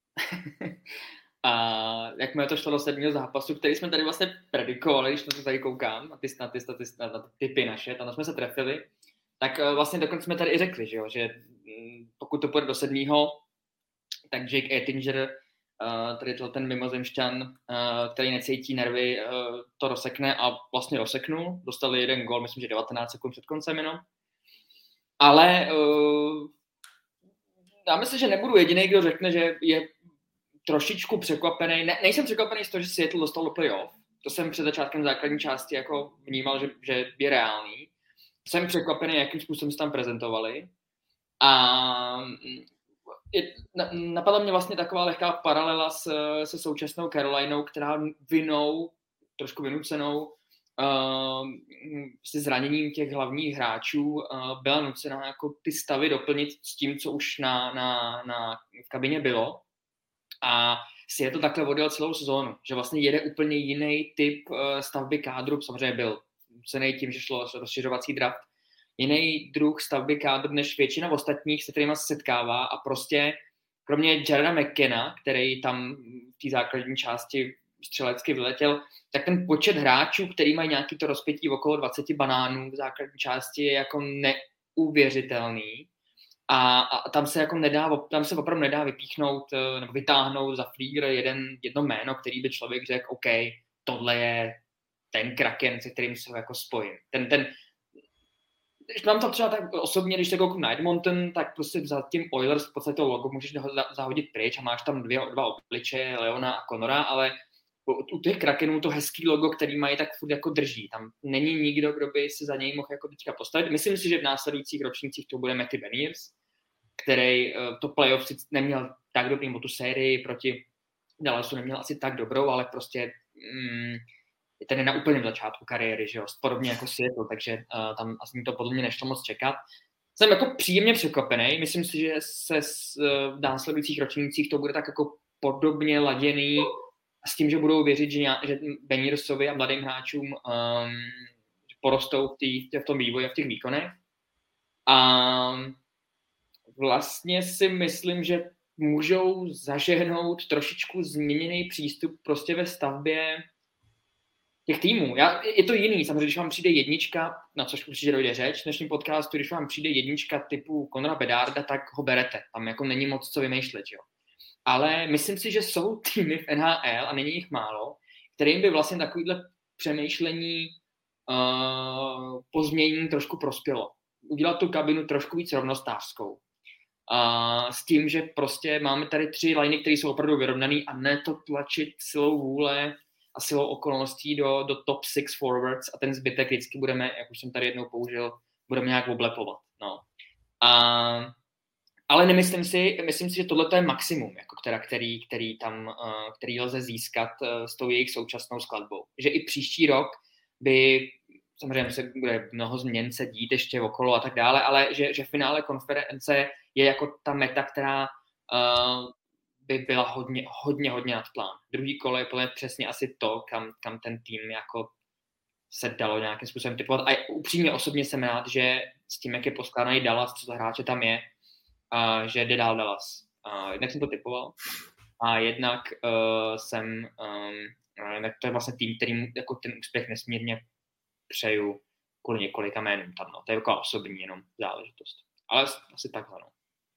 A jakmile to šlo do sedmého zápasu, který jsme tady vlastně predikovali, když na to tady koukám, na ty, na ty, na ty, na ty typy naše, tam jsme se trefili, tak vlastně dokonce jsme tady i řekli, že, jo, že pokud to půjde do sedmého, tak Jake Ettinger, tady ten mimozemšťan, který necítí nervy, to rozsekne a vlastně rozseknul. Dostali jeden gól, myslím, že devatenáct sekund před koncem jenom. Ale já myslím, že nebudu jediný, kdo řekne, že je trošičku překvapený. Ne, nejsem překvapený z toho, že Seattle dostal do playoff. To jsem před začátkem základní části jako vnímal, že, že je reálný. Jsem překvapený, jakým způsobem se tam prezentovali. A je, napadla mě vlastně taková lehká paralela s, se současnou Carolinou, která vinou, trošku vynucenou, uh, se zraněním těch hlavních hráčů uh, byla nucená jako ty stavy doplnit s tím, co už na, na, na, v kabině bylo. A si je to takhle vodil celou sezónu, že vlastně jede úplně jiný typ uh, stavby kádru, samozřejmě byl nucený tím, že šlo rozšiřovací draft, jiný druh stavby kádru než většina ostatních, se kterými se setkává a prostě kromě Jareda McKenna, který tam v té základní části střelecky vyletěl, tak ten počet hráčů, který mají nějaký to rozpětí okolo dvacet banánů v základní části je jako neuvěřitelný a, a tam se jako nedá, tam se opravdu nedá vypíchnout nebo vytáhnout za flígr jeden, jedno jméno, který by člověk řekl, OK, tohle je ten Kraken, se kterým se ho jako spojím. Ten, ten Když mám to třeba tak osobně, když se kouknu na Edmonton, tak prostě za tím Oilers v podstatě to logo můžeš zahodit pryč a máš tam dvě, dva obličeje, Leona a Connora, ale u těch Krakenů to hezký logo, který mají, tak furt jako drží. Tam není nikdo, kdo by se za něj mohl jako teďka postavit. Myslím si, že v následujících ročnících to bude Matty Beniers, který to playoff si neměl tak dobrý, nebo tu sérii proti Dallasu neměl asi tak dobrou, ale prostě mm, ten je na úplném začátku kariéry, že jo, podobně jako Seattle, takže uh, tam asi to podle mě nešlo moc čekat. Jsem jako příjemně překvapený, myslím si, že se s, uh, v následujících ročnících to bude tak jako podobně laděný s tím, že budou věřit, že, ně, že Beniersovi a mladým hráčům um, porostou v, tý, v tom vývoji a v těch výkonech. A vlastně si myslím, že můžou zažehnout trošičku změněný přístup prostě ve stavbě těch týmů. Já, je to jiný, samozřejmě, když vám přijde jednička, na což určitě dojde řeč v dnešním podcastu, když vám přijde jednička typu Connora Bedarda, tak ho berete. Tam jako není moc co vymýšlet, jo. Ale myslím si, že jsou týmy v N H L, a není jich málo, kterým by vlastně takovýhle přemýšlení uh, pozměnění trošku prospělo. Udělat tu kabinu trošku víc rovnostářskou. Uh, s tím, že prostě máme tady tři liney, které jsou opravdu vyrovnaný a ne to tlačit silou vůle a silou okolností do, do top six forwards a ten zbytek vždycky budeme, jak už jsem tady jednou použil, budeme nějak oblepovat. No. A, ale nemyslím si, myslím si, že tohle je maximum, jako která, který, který tam, který lze získat s tou jejich současnou skladbou. Že i příští rok by, samozřejmě se bude mnoho změn se dít ještě okolo a tak dále, ale že, že finále konference je jako ta meta, která uh, by byla hodně, hodně, hodně nad plán. Druhý kolo je plně přesně asi to, kam, kam ten tým jako se dalo nějakým způsobem typovat. A upřímně osobně jsem rád, že s tím, jak je poskládaný Dallas, co za hráče tam je, uh, že jde dál Dallas. Uh, jednak jsem to typoval a jednak uh, jsem, um, jednak to je vlastně tým, kterým jako ten úspěch nesmírně přeju kvůli několika jménům tam. No. To je jako osobní jenom záležitost. Ale asi takhle. No.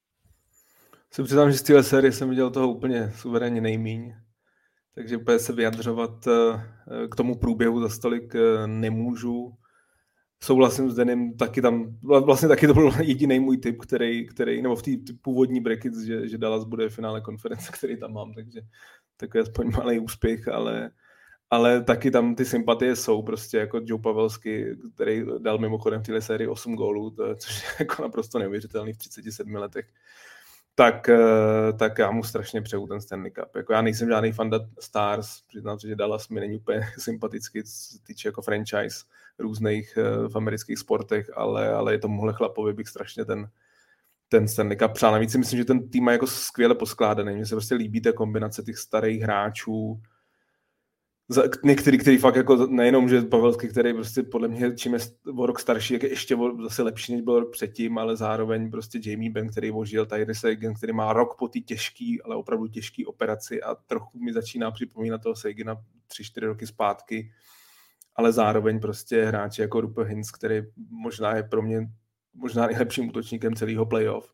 Se přiznám, že z téhle série jsem viděl toho úplně suverénně nejmíň. Takže úplně se vyjadřovat k tomu průběhu za stolik nemůžu. Souhlasím s Denim, taky tam, vlastně taky to byl jediný můj tip, který, který nebo v té původní brackets, že, že Dallas bude v finále konference, který tam mám, takže takový aspoň malý úspěch, ale, ale taky tam ty sympatie jsou, prostě jako Joe Pavelski, který dal mimochodem v téhle sérii osm gólů, to, což je jako naprosto neuvěřitelný v třiceti sedmi letech. Tak, tak já mu strašně přeju ten Stanley Cup. Jako já nejsem žádný fan Stars, přiznám se, že Dallas mi není úplně sympatický, co se týče jako franchise různých v amerických sportech, ale, ale je tomuhle chlapovi bych strašně ten, ten Stanley Cup přál. Navíc si myslím, že ten tým je jako skvěle poskládaný. Mně se prostě líbí ta kombinace těch starých hráčů, některý, který fakt jako nejenom, že Pavelský, který prostě podle mě čím je o rok starší, jak je ještě zase lepší, než byl rok předtím, ale zároveň prostě Jamie Benn, který ožil, Tyler Seguin, který má rok po té těžký, ale opravdu těžký operaci a trochu mi začíná připomínat toho Seguina tři, čtyři roky zpátky, ale zároveň prostě hráči jako Rupert Hintz, který možná je pro mě možná nejlepším útočníkem celého playoff.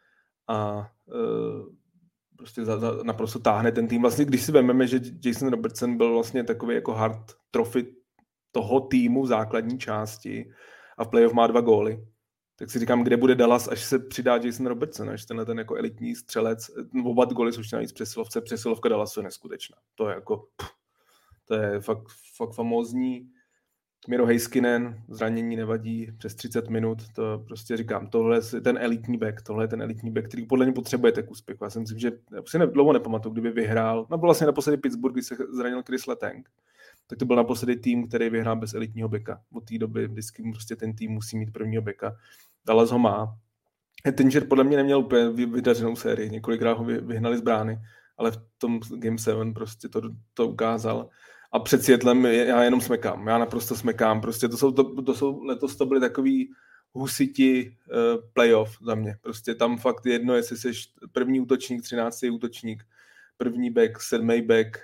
A uh, prostě za, za, naprosto táhne ten tým. Vlastně, když si vezmeme, že Jason Robertson byl vlastně takový jako hard trophy toho týmu v základní části a v playoff má dva góly, tak si říkám, kde bude Dallas, až se přidá Jason Robertson, až tenhle ten jako elitní střelec. Oba góly jsou navíc přesilovce, přesilovka Dallasu je neskutečná. To je jako, pff, to je fakt, fakt famózní. Miro Heiskinen, zranění nevadí, přes třicet minut, to prostě říkám, tohle je ten elitní back, tohle je ten elitní back, který podle mě potřebujete k úspěchu. Já si myslím, že já si ne, dlouho nepamatuju, kdyby vyhrál, no byl vlastně naposledy Pittsburgh, když se zranil Chris Letang, tak to byl naposledy tým, který vyhrál bez elitního backa. Od té doby vždycky prostě ten tým musí mít prvního backa. Dallas ho má. Tinger podle mě neměl úplně vydařenou sérii, několikrát ho vyhnali z brány, ale v tom Game sedm prostě to, to ukázal. A před Světlem já jenom smekám, já naprosto smekám, prostě to jsou, to, to jsou letos to byly takový husiti uh, playoff za mě, prostě tam fakt jedno, jestli jsi první útočník, třináctý útočník, první back, sedmý back,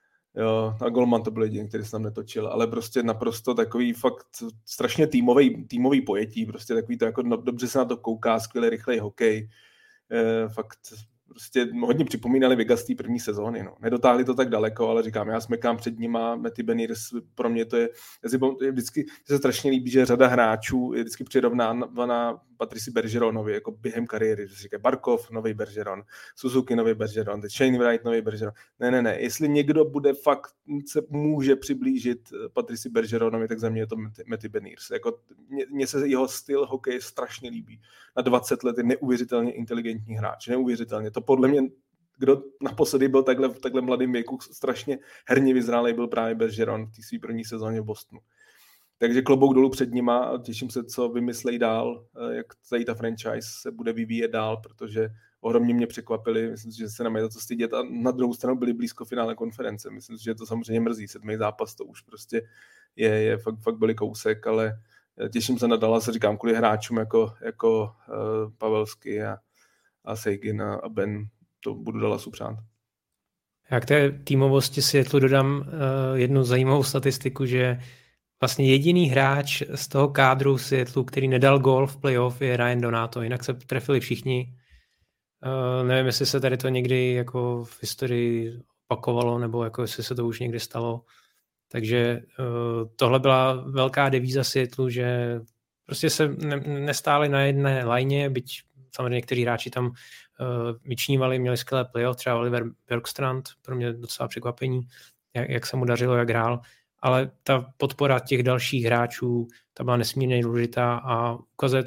jo, a golman to byl jediný, který se tam netočil, ale prostě naprosto takový fakt strašně týmový, týmový pojetí, prostě takový to jako no, dobře se na to kouká, skvěle rychlej hokej, uh, fakt prostě hodně připomínali Vegas té první sezóny. No. Nedotáhli to tak daleko, ale říkám, já smekám před nima, Matty Beniers, pro mě to je, je vždycky se strašně líbí, že řada hráčů je vždycky přirovnána Patrici Bergeronovi, jako během kariéry, že se říká Barkov, nový Bergeron, Suzuki, nový Bergeron, Shane Wright, nový Bergeron. Ne, ne, ne, jestli někdo bude fakt, se může přiblížit Patrici Bergeronovi, tak za mě je to Matty Beniers. Jako, mně se jeho styl hokeje strašně líbí. Na dvacet let je neuvěřitelně inteligentní hráč, neuvěřitelně. To podle mě, kdo naposledy byl takhle v takhle mladém věku strašně herně vyzrálej, byl právě Bergeron v té své první sezóně v Bostonu. Takže klobouk dolů před nima a těším se, co vymyslejí dál, jak tady ta franchise se bude vyvíjet dál, protože ohromně mě překvapili, myslím si, že se nemají za co stydět a na druhou stranu byli blízko finále konference. Myslím si, že to samozřejmě mrzí, sedmý zápas, to už prostě je, je fakt, fakt byli kousek, ale těším se na Dallas, říkám, kvůli hráčům jako, jako uh, Pavelský a, a Seguin a, a Ben, to budu Dallasu přát.
Já k té týmovosti Seattlu dodám uh, jednu zajímavou statistiku, že vlastně jediný hráč z toho kádru Seattlu, který nedal gól v playoff, je Ryan Donato, jinak se trefili všichni. Uh, nevím, jestli se tady to někdy jako v historii opakovalo, nebo jako jestli se to už někdy stalo. Takže uh, tohle byla velká devíza Seattlu, že prostě se ne, nestáli na jedné lajně, byť samozřejmě někteří hráči tam uh, vyčnívali, měli skvělé playoff, třeba Oliver Bjorkstrand, pro mě docela překvapení, jak, jak se mu dařilo, jak hrál, ale ta podpora těch dalších hráčů, ta byla nesmírně důležitá a ukazuje to, že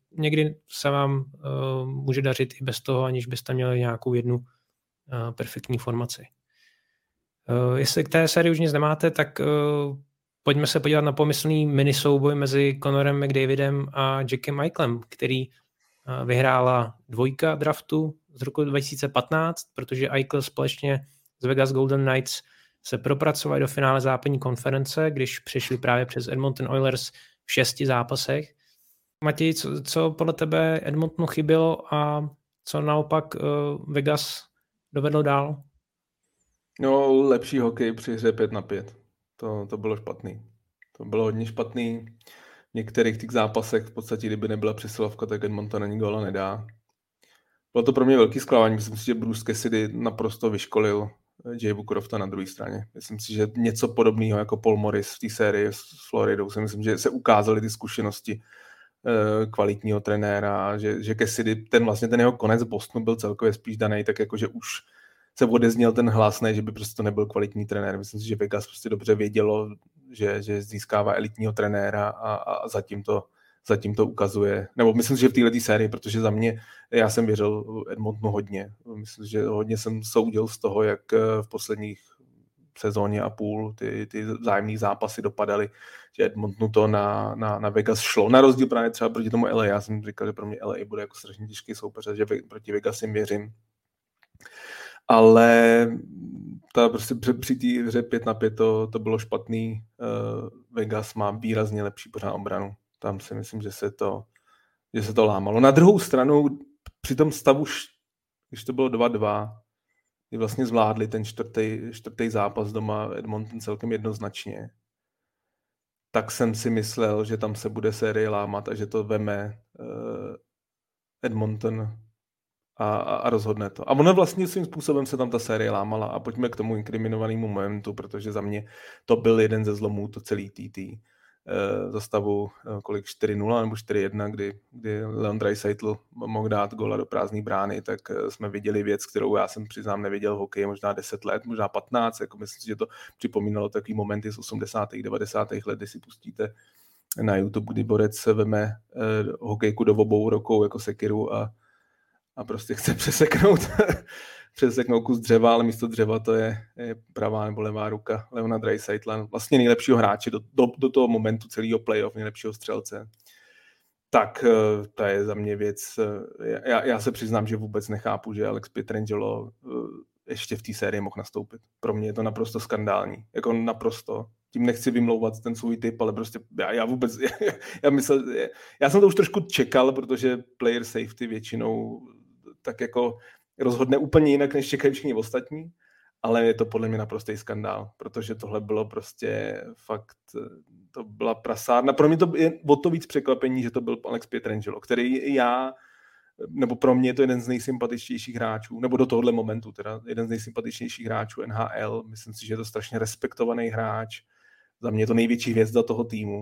někdy se vám uh, může dařit i bez toho, aniž byste měli nějakou jednu uh, perfektní formaci. Uh, jestli k té sérii už nic nemáte, tak uh, pojďme se podívat na pomyslný minisouboj mezi Conorem McDavidem a Jackem Eichlem, který uh, vyhrála dvojka draftu z roku dva tisíce patnáct, protože Eichel společně z Vegas Golden Knights se propracovali do finále západní konference, když přišli právě přes Edmonton Oilers v šesti zápasech. Matěj, co, co podle tebe Edmontonu chybělo a co naopak uh, Vegas dovedlo dál?
No, lepší hokej při hře pět na pět. To, to bylo špatný. To bylo hodně špatný. V některých těch zápasech v podstatě, kdyby nebyla přesilovka, tak Edmonton ani góla nedá. Bylo to pro mě velký zklamání. Myslím si, že Bruce Cassidy naprosto vyškolil Jay Woodcrofta na druhé straně. Myslím si, že něco podobného jako Paul Morris v té sérii s Floridou. Si myslím, že se ukázaly ty zkušenosti kvalitního trenéra, že, že Cassidy, ten vlastně ten jeho konec Bostonu byl celkově spíš daný, tak jako, že už se odezněl ten hlas, ne, že by prostě to nebyl kvalitní trenér. Myslím si, že Vegas prostě dobře vědělo, že, že získává elitního trenéra a, a zatím, to, zatím to ukazuje. Nebo myslím si, že v této sérii, protože za mě, já jsem věřil Edmontonu hodně. Myslím, že hodně jsem soudil z toho, jak v posledních sezóně a půl ty, ty vzájemný zápasy dopadaly, že Edmontonu to na, na, na Vegas šlo. Na rozdíl právě třeba proti tomu L A. Já jsem říkal, že pro mě L A bude jako strašně těžký soupeř, že proti Vegas jim věřím. Ale ta prostě při té hře pět na pět to, to bylo špatný. Uh, Vegas má výrazně lepší pořád obranu. Tam si myslím, že se to, že se to lámalo. Na druhou stranu, při tom stavu, když to bylo dva dva, kdy vlastně zvládli ten čtvrtý, čtvrtý zápas doma Edmonton celkem jednoznačně, tak jsem si myslel, že tam se bude série lámat a že to veme uh, Edmonton a, a rozhodne to. A ono vlastně svým způsobem se tam ta série lámala a pojďme k tomu inkriminovanému momentu, protože za mě to byl jeden ze zlomů, to celý T T. Za stavu kolik čtyři nula nebo čtyři jedna, kdy, kdy Leon Draisaitl mohl dát góla do prázdné brány, tak jsme viděli věc, kterou já jsem přiznám neviděl v hokeji možná deset let, možná patnáct, jako myslím si, že to připomínalo takový momenty z osmdesátých devadesátých let, kdy si pustíte na YouTube, kdy borec veme eh, hokejku do obou rukou jako sekiru a, a prostě chce přeseknout přeseknout kus dřeva, ale místo dřeva to je, je pravá nebo levá ruka Leona Draisaitla, vlastně nejlepšího hráče do, do, do toho momentu celého playoff, nejlepšího střelce. Tak to je za mě věc. Já, já se přiznám, že vůbec nechápu, že Alex Pietrangelo ještě v té sérii mohl nastoupit. Pro mě je to naprosto skandální. Jako naprosto. Tím nechci vymlouvat ten svůj typ, ale prostě já, já vůbec, já, já myslel, já jsem to už trošku čekal, protože player safety většinou tak jako rozhodne úplně jinak, než čekají všichni ostatní, ale je to podle mě naprostý skandál, protože tohle bylo prostě fakt, to byla prasárna. Pro mě to je o to víc překvapení, že to byl Alex Pietrangelo, který já, nebo pro mě je to jeden z nejsympatičtějších hráčů, nebo do tohohle momentu teda, jeden z nejsympatičnějších hráčů N H L. Myslím si, že je to strašně respektovaný hráč. Za mě je to největší hvězda toho týmu.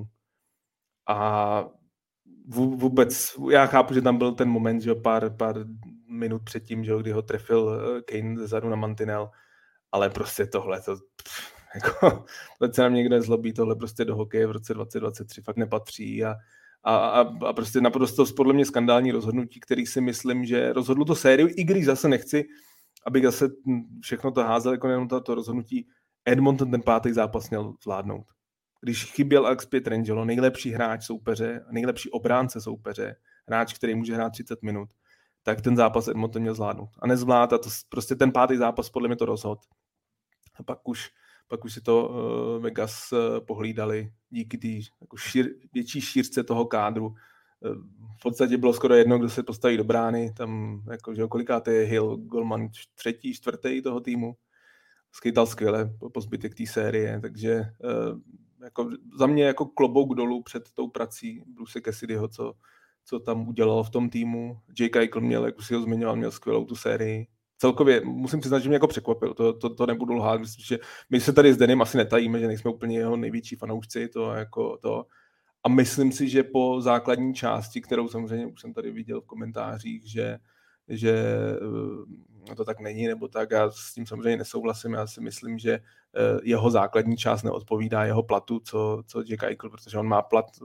A vůbec, já chápu, že tam byl ten moment, že pár, pár minut předtím, že kdy ho trefil Kane zezadu na mantinel, ale prostě tohle, to, pff, jako, tohle se nám někdo nezlobí, tohle prostě do hokeje v roce dvacet dvacet tři fakt nepatří a, a, a, a prostě naprosto podle mě skandální rozhodnutí, který si myslím, že rozhodlo to sériu, i když zase nechci, abych zase všechno to házel, jako jenom to, to rozhodnutí, Edmonton ten pátý zápas měl zvládnout. Když chyběl Alex Pietrangelo, nejlepší hráč soupeře, nejlepší obránce soupeře, hráč, který může hrát třicet minut, tak ten zápas Edmonton měl zvládnout. A nezvlád, a to prostě ten pátý zápas podle mě to rozhod. A pak už, pak už si to uh, Vegas uh, pohlídali díky té jako šír, větší šířce toho kádru. Uh, v podstatě bylo skoro jedno, kdo se postaví do brány, tam jako, že kolikátý je Hill, golman třetí, čtvrtý toho týmu. Skytal skvěle po, po zbytek té série, takže uh, jako za mě jako klobouk dolů před tou prací Bruce Cassidyho, co, co tam udělal v tom týmu. Jake Eichel měl, jak už si ho zmiňoval, měl skvělou tu sérii. Celkově musím přiznat, že mě jako překvapil, to, to, to nebudu lhát. Myslím, že my se tady s Denim asi netajíme, že nejsme úplně jeho největší fanoušci. To jako to. A myslím si, že po základní části, kterou samozřejmě už jsem tady viděl v komentářích, že, že to tak není, nebo tak, já s tím samozřejmě nesouhlasím. Já si myslím, že jeho základní část neodpovídá jeho platu, co, co Jack Eichel, protože on má plat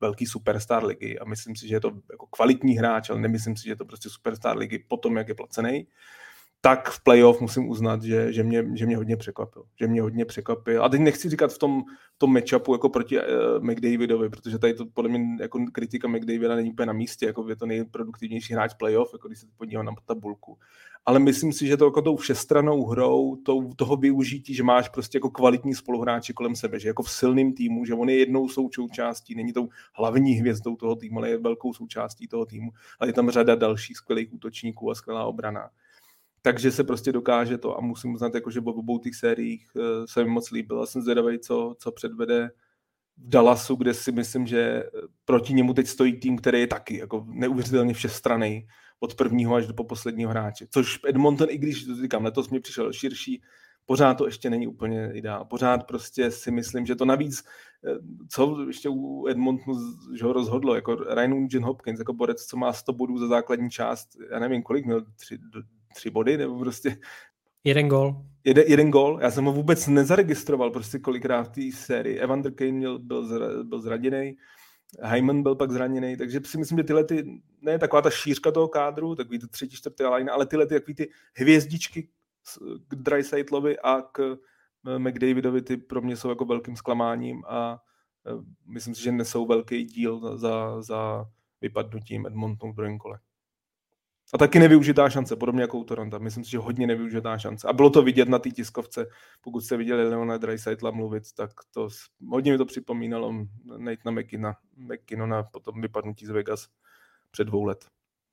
velký superstar ligy a myslím si, že je to jako kvalitní hráč, ale nemyslím si, že je to prostě superstar ligy potom, jak je placený, tak v playoff musím uznat, že, že, mě, že mě hodně překvapil. Že mě hodně překvapil. A teď nechci říkat v tom, v tom matchupu jako proti uh, McDavidovi, protože tady to podle mě jako kritika McDavida není úplně na místě, jako je to nejproduktivnější hráč playoff, jako když se podívám na tabulku. Ale myslím si, že to jako tou všestrannou hrou, tou, toho využití, že máš prostě jako kvalitní spoluhráči kolem sebe, že jako v silném týmu, že on je jednou součástí, není tou hlavní hvězdou toho týmu, ale je velkou součástí toho týmu, ale je tam řada dalších skvělých útočníků a skvělá obrana. Takže se prostě dokáže to a musím uznat, jako, že v obou těch sériích uh, se mi moc líbil a jsem zvědavý, co, co předvede v Dallasu, kde si myslím, že proti němu teď stojí tým, který je taky jako neuvěřitelně všestranný od prvního až do po posledního hráče. Což Edmonton, i když říkám, letos mi přišel širší, pořád to ještě není úplně ideál. Pořád prostě si myslím, že to navíc, co ještě u Edmontonu že ho rozhodlo, jako Ryan Nugent Hopkins, jako borec, co má sto bodů za základní část, já nevím, kolik měl, tři, tři body, nebo prostě...
Jeden gól.
Jeden, jeden gól, já jsem ho vůbec nezaregistroval, prostě kolikrát v té sérii. Evander Kane měl, byl, zra, byl zraněný, Hyman byl pak zraněný, takže si myslím, že tyhle ty, ne taková ta šířka toho kádru, takový ty třetí, čtvrtý line, ale tyhle ty, takový ty hvězdičky k Draisaitllovi a k McDavidovi, ty pro mě jsou jako velkým zklamáním a myslím si, že nesou velký díl za, za vypadnutím Edmontonu v druhém kole. A taky nevyužitá šance, podobně jako u Toronto. Myslím si, že hodně nevyužitá šance. A bylo to vidět na té tiskovce, pokud jste viděli Leona Draisaitla mluvit, tak to hodně mi to připomínalo Nathana McKinna, McKinnona potom vypadnutí z Vegas před dvou let.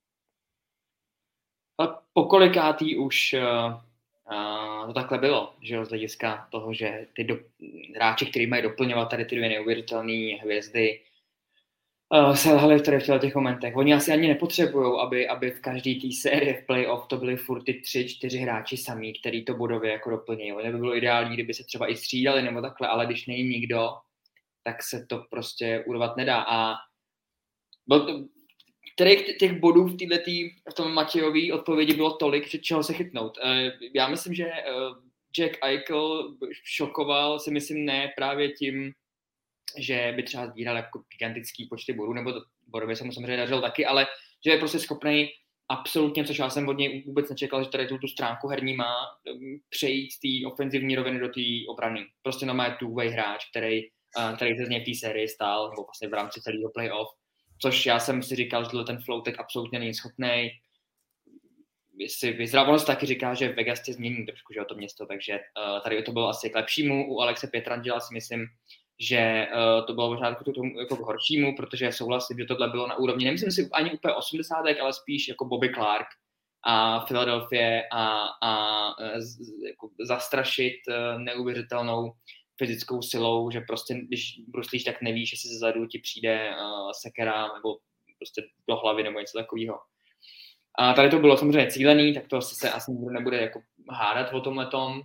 A pokolikátý už uh, uh, to takhle bylo, že jo, z hlediska toho, že ty do, hráči, kteří mají doplňovat tady ty dvě neuvěřitelné hvězdy, Uh, selhali tady v těch momentech. Oni asi ani nepotřebují, aby, aby v každý té sérii v playoff to byly furt ty tři, čtyři hráči samý, který to bodově jako doplní. Oni by bylo ideální, kdyby se třeba i střídali nebo takhle, ale když není nikdo, tak se to prostě urvat nedá. A kterých těch bodů v, týhletý, v tom Matějový odpovědi bylo tolik, že čeho se chytnout. Uh, já myslím, že uh, Jack Eichel šokoval, si myslím, ne právě tím, že by třeba sbíral jako gigantický počty bodů, nebo to bodově se mu samozřejmě dařilo taky, ale že je prostě schopný absolutně, což já jsem od něj vůbec nečekal, že tady tu, tu stránku herní má, přejít z té ofenzivní roviny do té obrany. Prostě normálně two-way hráč, který, který se z něj v té sérii stál, nebo vlastně v rámci celého playoff, což já jsem si říkal, že ten flow tak absolutně není schopný. Si vyzrávalo se taky říká, že Vegas tě změní trošku, že o to město, takže tady to bylo asi k lepšímu. U Alexe Pietrangela si myslím, že uh, to bylo možná jako, jako k horšímu, protože souhlasím, že tohle bylo na úrovni, nemyslím si ani úplně osmdesátek, ale spíš jako Bobby Clark a Philadelphia a, a z, jako zastrašit uh, neuvěřitelnou fyzickou silou, že prostě, když bruslíš, tak nevíš, jestli zezadu ti přijde uh, sekera nebo prostě do hlavy nebo něco takového. A tady to bylo samozřejmě cílený, tak to asi se asi nikdo nebude jako hádat o tomhletom.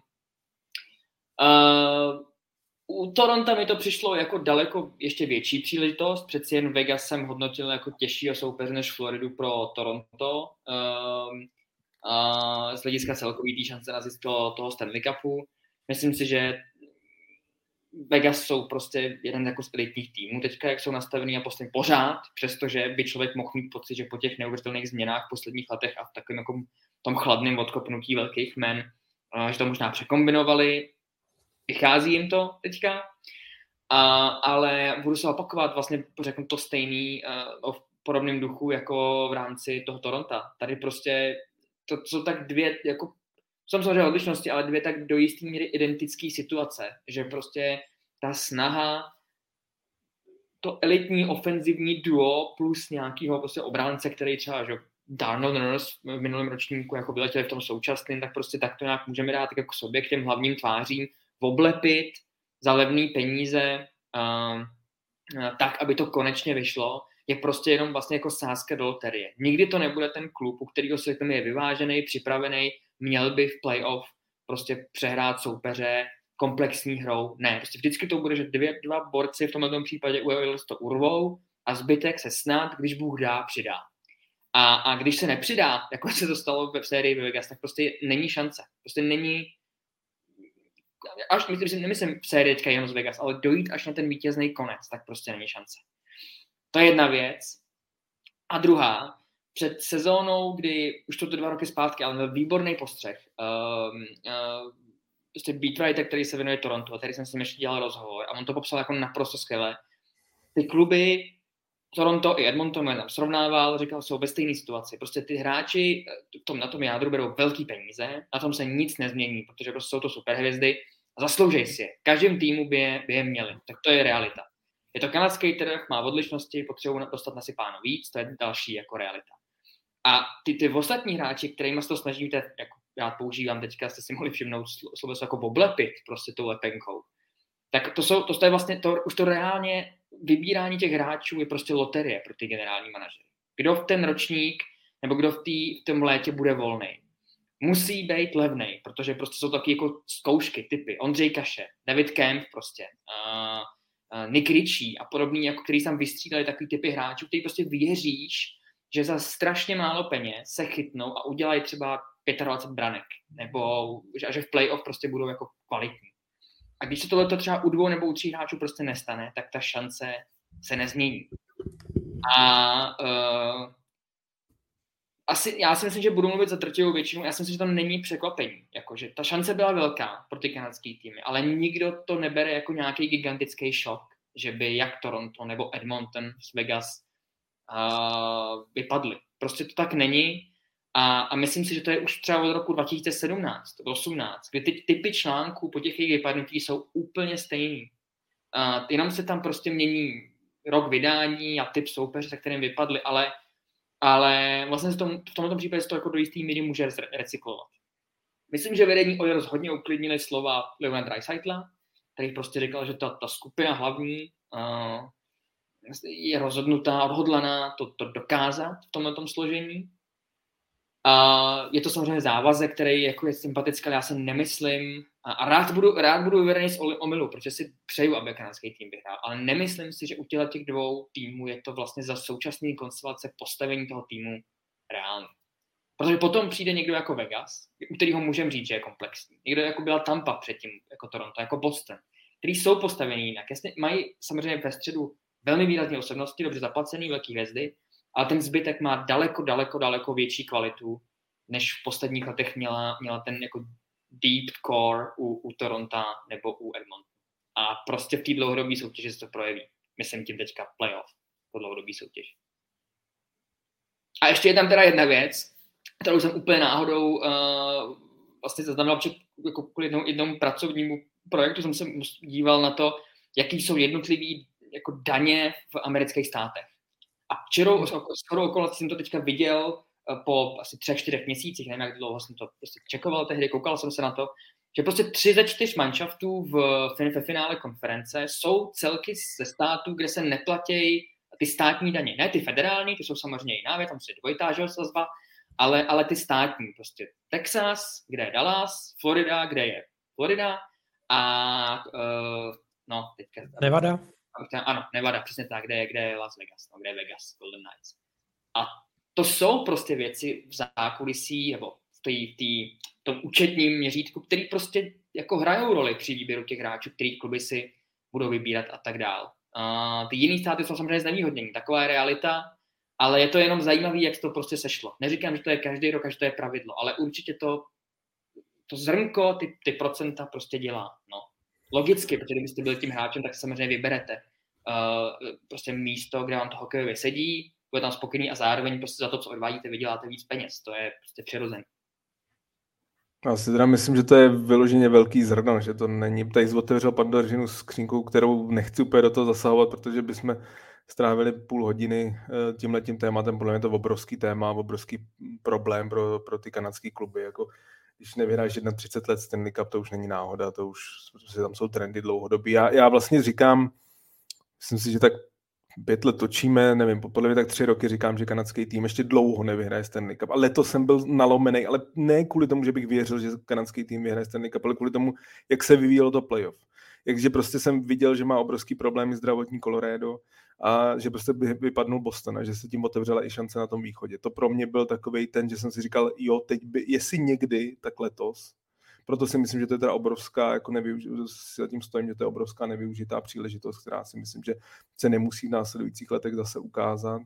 Uh, U Toronto mi to přišlo jako daleko ještě větší příležitost, přeci jen Vegas jsem hodnotil jako těžšího soupeře než Floridu pro Toronto. Um, a z hlediska celkový tý šance na zisk toho, toho Stanley Cupu. Myslím si, že Vegas jsou prostě jeden jako z elitních týmů teďka, jak jsou nastavený a poslední pořád, přestože by člověk mohl mít pocit, že po těch neuvěřitelných změnách v posledních letech a v takovém jako tom chladném odkopnutí velkých men, že to možná překombinovali. Vychází jim to teďka, a, ale budu se opakovat, vlastně řeknu to stejný uh, v podobném duchu jako v rámci toho Toronto. Tady prostě to jsou tak dvě, jako jsou samozřejmě odlišnosti, ale dvě tak do jistý míry identické situace, že prostě ta snaha, to elitní ofenzivní duo plus nějakýho prostě obránce, který třeba, že Darnell Nurse v minulém ročníku jako vyletěli v tom současném, tak prostě tak to nějak můžeme dát tak k sobě, k těm hlavním tvářím, oblepit za levný peníze uh, tak, aby to konečně vyšlo, je prostě jenom vlastně jako sázka do loterie. Nikdy to nebude ten klub, u kterého se je vyvážený, připravený, měl by v playoff prostě přehrát soupeře komplexní hrou. Ne, prostě vždycky to bude, že dvě, dva borci v tomto případě u Oilers to urvou a zbytek se snad, když Bůh dá, přidá. A, a když se nepřidá, jako se to stalo v sérii Vegas, tak prostě není šance. Prostě není až myslím, nemyslím v sérii teďka jenom z Vegas, ale dojít až na ten vítězný konec, tak prostě není šance. To je jedna věc. A druhá, před sezónou, kdy už to dva roky zpátky, ale měl výborný postřeh, um, uh, prostě beatwriter, který se věnuje Toronto, a tady jsem s ním ještě dělal rozhovor a on to popsal jako naprosto skvěle. Ty kluby, Toronto i Edmonton tam srovnával, říkal, jsou ve stejné situaci. Prostě ty hráči v tom, na tom jádru berou velký peníze, na tom se nic nezmění, protože prostě jsou to superhvězdy a zasloužej si je. V každém týmu by je, by je měli. Tak to je realita. Je to kanadský trh, má odlišnosti, potřebují dostat nasypáno víc, to je další jako realita. A ty, ty ostatní hráči, kterými se to snažíte, jako já používám teďka, jste si mohli všimnout slovo jako oblepit prostě tou lepenkou, tak to, jsou, to, to je vlastně, to, už to reálně vybírání těch hráčů je prostě loterie pro ty generální manažery. Kdo v ten ročník, nebo kdo v, tý, v tom létě bude volnej. Musí být levnej, protože prostě jsou taky jako zkoušky, typy. Ondřej Kaše, David Kemp prostě, uh, uh, Nick Ritchie a podobný, jako který tam vystřídali takový typy hráčů, který prostě věříš, že za strašně málo peněz se chytnou a udělají třeba dvacet pět branek, nebo že, že v playoff prostě budou jako kvalitní. A když se tohle třeba u dvou nebo u tří hráčů prostě nestane, tak ta šance se nezmění. A uh, asi, já si myslím, že budu mluvit za drtivou většinu, já si myslím, že tam není překvapení. Jakože ta šance byla velká pro ty kanadský týmy, ale nikdo to nebere jako nějaký gigantický šok, že by jak Toronto nebo Edmonton z Vegas uh, vypadly. Prostě to tak není. A, a myslím si, že to je už třeba od roku dva tisíce sedmnáct, osmnáct, kdy ty typy článků po těch jejich vypadnutí jsou úplně stejný. Uh, jenom se tam prostě mění rok vydání a typ soupeře, se kterým vypadly, ale, ale vlastně v, tom, v tomto případě se to jako do jistý míry může recyklovat. Myslím, že vedení Oilers hodně uklidnili slova Leona Draisaitl'a, který prostě říkal, že ta, ta skupina hlavní uh, je rozhodnutá, odhodlaná to, to dokázat v tomto složení. Uh, je to samozřejmě závazek, který jako je sympatický, ale já si nemyslím, a, a rád budu, rád budu vyvedený z omylu, protože si přeju, aby kanadský tým vyhrál, ale nemyslím si, že u těchto těch dvou týmů je to vlastně za současný konstelace postavení toho týmu reálný. Protože potom přijde někdo jako Vegas, u kterého můžeme říct, že je komplexní. Někdo jako byla Tampa předtím, jako Toronto, jako Boston, který jsou postavení jinak. Jasně, mají samozřejmě ve středu velmi výrazné osobnosti, dobře zaplacený, velký hvězdy, ale ten zbytek má daleko, daleko, daleko větší kvalitu, než v posledních letech měla, měla ten jako deep core u, u Toronto nebo u Edmonton. A prostě v té dlouhodobé soutěži se to projeví. Myslím tím teďka playoff po dlouhodobé soutěži. A ještě je tam teda jedna věc, kterou jsem úplně náhodou uh, vlastně zaznamenal, protože jako kvůli jednomu, jednomu pracovnímu projektu jsem se díval na to, jaký jsou jednotlivý jako daně v amerických státech. A včerou, skoro okolností jsem to teďka viděl po asi třech, čtyřech měsících, nevím, jak dlouho jsem to prostě čekoval tehdy, koukal jsem se na to, že prostě tři ze čtyř manšaftů v, ve finále konference jsou celky ze států, kde se neplatí ty státní daně. Ne ty federální, ty jsou samozřejmě jiná věc, tam se dvojitá sazba, ale, ale ty státní, prostě Texas, kde je Dallas, Florida, kde je Florida a uh, no, teďka...
Nevada?
Ano, Nevada, přesně tak, kde je, kde je Las Vegas, no, kde je Vegas, Golden Knights. A to jsou prostě věci v zákulisí, nebo v, tý, tý, v tom účetním měřítku, který prostě jako hrajou roli při výběru těch hráčů, který kluby si budou vybírat a tak dál. A ty jiný státy jsou samozřejmě znevýhodnění, taková je realita, ale je to jenom zajímavé, jak to prostě sešlo. Neříkám, že to je každý rok, že to je pravidlo, ale určitě to, to zrnko, ty, ty procenta prostě dělá, no. Logicky, protože kdybyste byli tím hráčem, tak samozřejmě vyberete uh, prostě místo, kde vám to hokejově sedí, bude tam spokojený a zároveň prostě za to, co odvádíte, vyděláte víc peněz. To je prostě přirozené.
Já si teda myslím, že to je vyloženě velký zrno, že to není, tady jsi otevřel Pandořinu skřínku, kterou nechci úplně do toho zasahovat, protože bychom strávili půl hodiny tímhletím tématem, podle mě to obrovský téma, obrovský problém pro, pro ty kanadský kluby, jako když nevyhráš třicet jedna let Stanley Cup, to už není náhoda, to už tam jsou trendy dlouhodobí. Já, já vlastně říkám, myslím si, že tak pět let točíme, nevím, podle mě tak tři roky říkám, že kanadský tým ještě dlouho nevyhraje Stanley Cup. A letos jsem byl nalomený, ale ne kvůli tomu, že bych věřil, že kanadský tým vyhraje Stanley Cup, ale kvůli tomu, jak se vyvíjelo to playoff. Takže prostě jsem viděl, že má obrovský problémy zdravotní Colorado a že prostě vypadnul Boston a že se tím otevřela i šance na tom východě. To pro mě byl takovej ten, že jsem si říkal, jo, teď by, jestli někdy, tak letos. Proto si myslím, že to je teda obrovská, jako nevyuž- si za tím stojím, že to je obrovská nevyužitá příležitost, která si myslím, že se nemusí v následujících letech zase ukázat.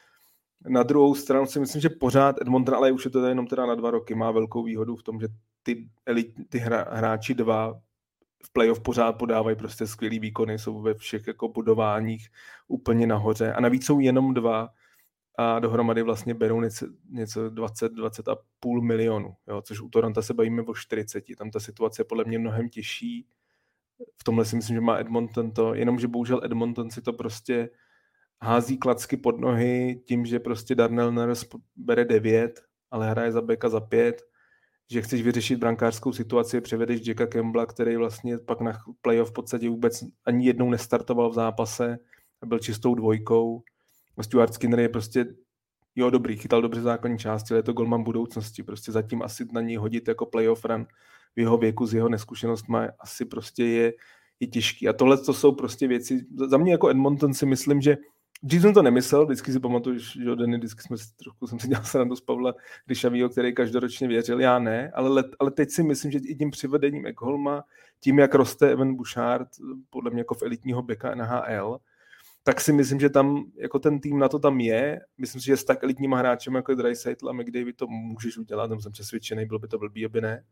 Na druhou stranu si myslím, že pořád Edmonton, ale už je to jenom teda na dva roky, má velkou výhodu v tom, že ty, elit, ty hra, hráči dva v playoff pořád podávají prostě skvělý výkony, jsou ve všech jako budováních úplně nahoře a navíc jsou jenom dva a dohromady vlastně berou něco, něco dvacet, dvacet a půl milionu, jo, což u Toronto se bavíme o čtyřiceti, tam ta situace je podle mě mnohem těžší. V tomhle si myslím, že má Edmonton to, jenomže bohužel Edmonton si to prostě hází klacky pod nohy tím, že prostě Darnell Nurse bere devět, ale hraje za beka za pět, že chceš vyřešit brankářskou situaci, převedeš Jacka Campbella, který vlastně pak na playoff v podstatě vůbec ani jednou nestartoval v zápase a byl čistou dvojkou. Stuart Skinner je prostě, jo, dobrý, chytal dobře základní části, ale je to golman budoucnosti. Prostě zatím asi na něj hodit jako playoff run v jeho věku s jeho neskušenostmi asi prostě je, je těžký. A tohle to jsou prostě věci, za mě jako Edmonton si myslím, že když jsem to nemyslel, vždycky si pamatuju, že Jordany, vždycky jsme si, trošku jsem si dělal srandu z Pavla Ryšavýho, který každoročně věřil, já ne, ale, let, ale teď si myslím, že i tím přivedením Ekholma, tím, jak roste Evan Bouchard, podle mě jako v elitního beka N H L, tak si myslím, že tam jako ten tým na to tam je. Myslím si, že s tak elitníma hráčem jako je Draisaitl a McDavid to můžeš udělat, tam jsem přesvědčený, bylo by to blbý, aby ne.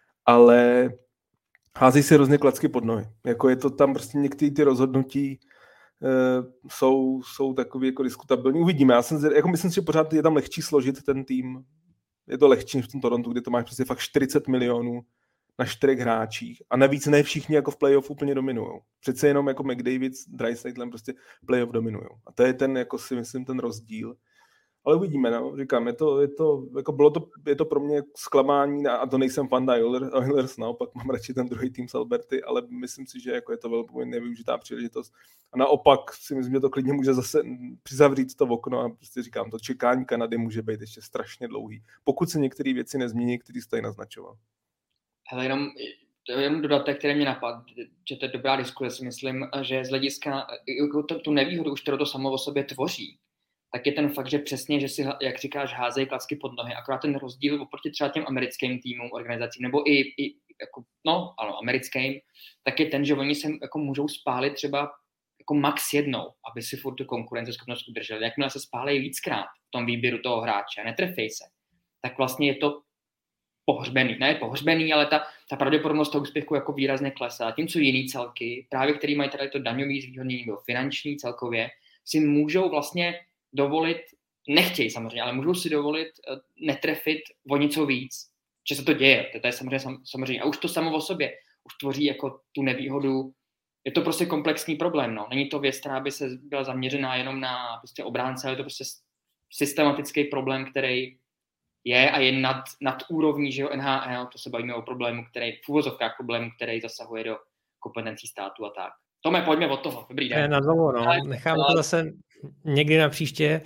Ale hází si hrozně klacky pod nohy. Jako je to tam prostě některé ty rozhodnutí uh, jsou, jsou takový jako diskutabilní. Uvidíme. Já jsem, jako myslím si, že pořád je tam lehčí složit ten tým. Je to lehčí v tom Torontu, kde to máš prostě fakt čtyřicet milionů na čtyřech hráčích. A navíc ne všichni jako v playoff úplně dominujou. Přece jenom jako McDavid s Draisaitlem prostě playoff dominujou. A to je ten, jako si myslím, ten rozdíl. Ale uvidíme, no. Říkám, je to, je to, jako bylo to, je to pro mě zklamání a to nejsem fan Oilers, naopak mám radši ten druhý tým z Alberty, ale myslím si, že jako je to velmi nevyužitá příležitost. A naopak si myslím, že to klidně může zase přizavřít to okno a prostě říkám, to čekání Kanady může být ještě strašně dlouhý. Pokud se některé věci nezmění, který jste naznačoval.
Hele, jenom, to je jenom dodatek, který mě napadl, že to je dobrá diskuse, si myslím, že z hlediska, tu, tu nevýhodu už, kterou to samo o sobě tvoří, tak je ten fakt, že přesně, že si, jak říkáš, házejí klacky pod nohy, akorát ten rozdíl oproti třeba těm americkým týmům, organizacím, nebo i, i jako, no, ano, americkým, tak je ten, že oni se jako můžou spálit třeba jako max jednou, aby si furt tu konkurenceschopnost udrželi. Jakmile se spálí víckrát v tom výběru toho hráče, netrefej se, tak vlastně je to pohřbený. Ne pohřbený, ale ta, ta pravděpodobnost toho úspěchu jako výrazně klesá. Tím, co jiný celky, právě který mají tady to daňový zvýhodnění nebo finanční celkově, si můžou vlastně dovolit, nechtějí samozřejmě, ale můžou si dovolit netrefit o něco víc. Že se to děje, to je samozřejmě, samozřejmě. A už to samo o sobě už tvoří jako tu nevýhodu. Je to prostě komplexní problém. No. Není to věc, která by se byla zaměřená jenom na prostě obránce, ale je to prostě systematický problém, který je a je nad, nad úrovní, že jo, N H L, to se bavíme o problému, který, v úvozovkách problému, který zasahuje do kompetencí státu a tak. Tome, pojďme od toho, dobrý den.
Na dlouho, no. Necháme to zase někdy na příště.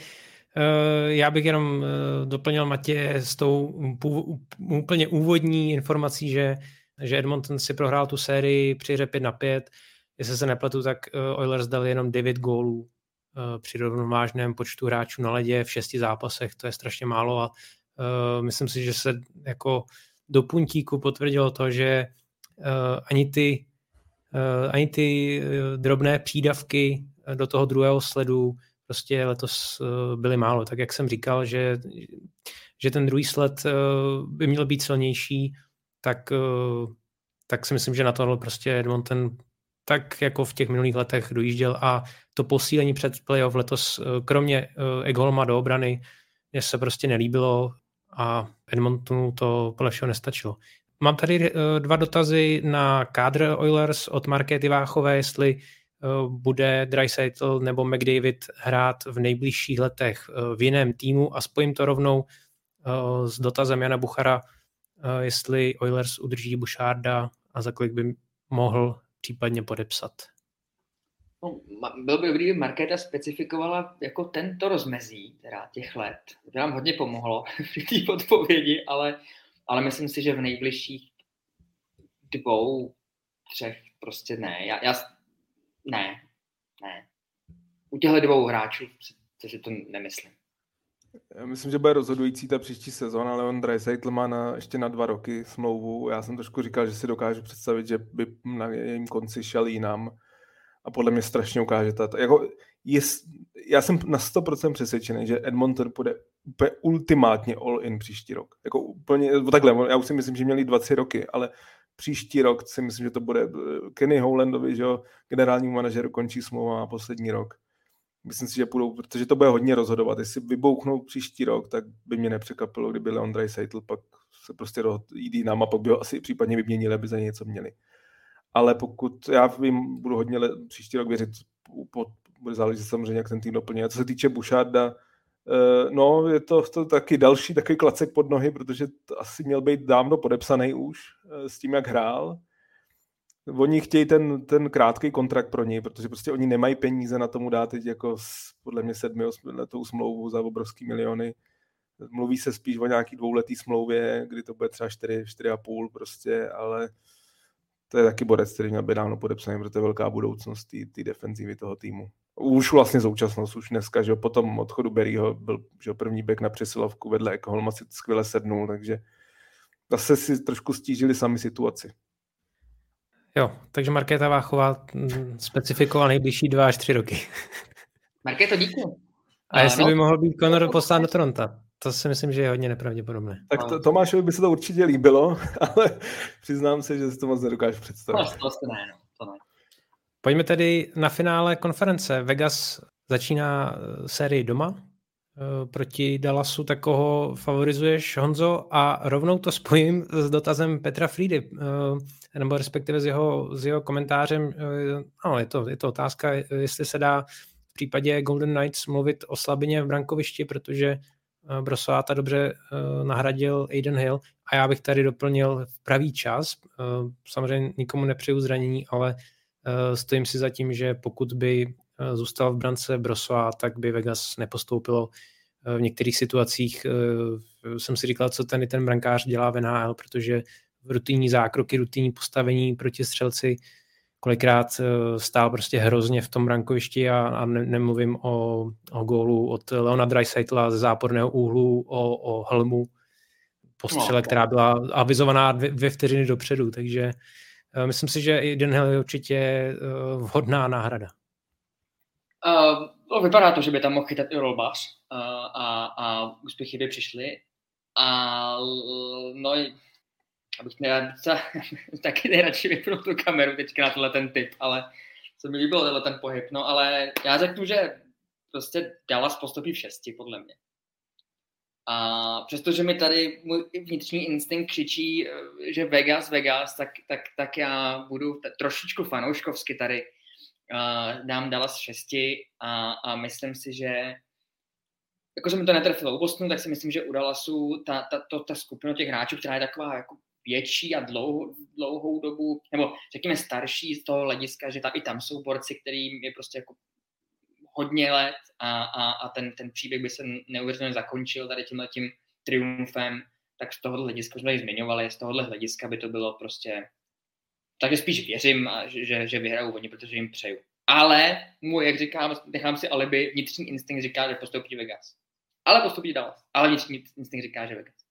Já bych jenom doplnil Matěje s tou úplně úvodní informací, že, že Edmonton si prohrál tu sérii při hře pět na pět. Jestli se nepletu, tak Oilers dali jenom devět gólů při rovnovážném počtu hráčů na ledě v šesti zápasech. To je strašně málo a Uh, myslím si, že se jako do puntíku potvrdilo to, že uh, ani ty, uh, ani ty uh, drobné přídavky do toho druhého sledu prostě letos uh, byly málo. Tak jak jsem říkal, že, že ten druhý sled uh, by měl být silnější, tak, uh, tak si myslím, že na tohle prostě Edmonton tak jako v těch minulých letech dojížděl a to posílení před playoff letos, uh, kromě uh, Ekholma do obrany, mně se prostě nelíbilo a Edmontonu to podle všeho nestačilo. Mám tady dva dotazy na kádr Oilers od Markéty Váchové, jestli bude Draisaitl nebo McDavid hrát v nejbližších letech v jiném týmu a spojím to rovnou s dotazem Jana Buchara, jestli Oilers udrží Boucharda a za kolik by mohl případně podepsat.
No, byl by dobrý, Markéta specifikovala jako tento rozmezí teda těch let. To nám hodně pomohlo při té odpovědi, ale, ale myslím si, že v nejbližších dvou, třech prostě ne. Já, já, ne, ne. U těchto dvou hráčů, což to nemyslím.
Já myslím, že bude rozhodující ta příští sezóna, ale on Draisaitl má na, ještě na dva roky smlouvu. Já jsem trošku říkal, že si dokážu představit, že by na jejím konci šel jinam. A podle mě strašně ukáže ta... Jako je, já jsem na sto procent přesvědčený, že Edmonton půjde úplně ultimátně all-in příští rok. Jako úplně, takhle, já už si myslím, že měli dvacet roky, ale příští rok si myslím, že to bude Kenny Howlandovi, že jo, generálnímu manažeru končí smlouva poslední rok. Myslím si, že půjdou, protože to bude hodně rozhodovat. Jestli vybouchnou příští rok, tak by mě nepřekvapilo, kdyby Leon Draisaitl pak se prostě jít jinam a pak by ho asi případně vyměnili, aby za ně něco měli. Ale pokud já vím, budu hodně le- příští rok věřit, po, bude záležet samozřejmě, jak ten tým doplní. A co se týče Boucharda, uh, no, je to, to taky další takový klacek pod nohy, protože to asi měl být dávno podepsaný už uh, s tím, jak hrál. Oni chtějí ten, ten krátký kontrakt pro něj, protože prostě oni nemají peníze na tomu dát teď jako s, podle mě sedmi, osmi letou smlouvu za obrovský miliony. Mluví se spíš o nějaký dvouletý smlouvě, kdy to bude třeba čtyři, čtyři a půl prostě, ale to je taky borec, který měl být dávno podepsaný, protože to je velká budoucnost té defenzívy toho týmu. Už vlastně současnost, už dneska, že po tom odchodu Berryho byl že první back na přesilovku vedle Ekholma si skvěle sednul, takže zase si trošku stížili sami situaci.
Jo, takže Markéta Váchová specifikovala nejbližší dva až tři roky.
Markéto, díky.
A, a jestli no, by mohl být Connor poslán do Toronto? To si myslím, že je hodně nepravděpodobné.
Tak to, Tomášovi by se to určitě líbilo, ale přiznám se, že si to moc nedokážu představit.
No, to ne, no, to ne.
Pojďme tedy na finále konference. Vegas začíná sérii doma proti Dallasu, tak koho favorizuješ, Honzo? A rovnou to spojím s dotazem Petra Friedy, nebo respektive s jeho, s jeho komentářem. No, je to, je to otázka, jestli se dá v případě Golden Knights mluvit o slabině v brankovišti, protože Brossoita dobře nahradil Aiden Hill a já bych tady doplnil v pravý čas. Samozřejmě nikomu nepřeju zranění, ale stojím si za tím, že pokud by zůstal v brance Brossoit, tak by Vegas nepostoupilo. V některých situacích jsem si říkal, co ten ten brankář dělá v N H L, protože rutinní zákroky, rutinní postavení proti střelci kolikrát stál prostě hrozně v tom brankovišti a, a ne, nemluvím o, o gólu od Leona Draisaitla ze záporného úhlu, o, o helmu po střele, která byla avizovaná dvě, dvě vteřiny dopředu, takže uh, myslím si, že Aiden Hill je určitě uh, vhodná náhrada.
Uh, no, vypadá to, že by tam mohl chytat i rolbař uh, a, a úspěchy by přišly. A no, abych ne, taky nejradši vypnul tu kameru teďka na tohle ten typ, ale co mi líbilo tenhle ten pohyb. No, ale já řeknu, že prostě Dallas postupí v šesti, podle mě. A přestože mi tady můj vnitřní instinkt křičí, že Vegas, Vegas, tak, tak, tak já budu t- trošičku fanouškovsky tady. Uh, dám Dallas v šesti a, a myslím si, že jako se mi to netrefilo u Bostonu, tak si myslím, že u Dallasu ta, ta, to, ta skupina těch hráčů, která je taková jako větší a dlouhou, dlouhou dobu, nebo řekněme starší z toho hlediska, že ta, i tam jsou borci, kterým je prostě jako hodně let a, a, a ten, ten příběh by se neuvěřitelně zakončil tady tímhletím triumfem, tak z tohohle hlediska, jsme ji zmiňovali, z tohohle hlediska by to bylo prostě. Takže spíš věřím, že, že vyhrajou oni, protože jim přeju. Ale můj, jak říkám, nechám si alibi, vnitřní instinkt říká, že postoupí Vegas. Ale postoupí Dallas. Ale vnitřní instinkt říká, že Vegas.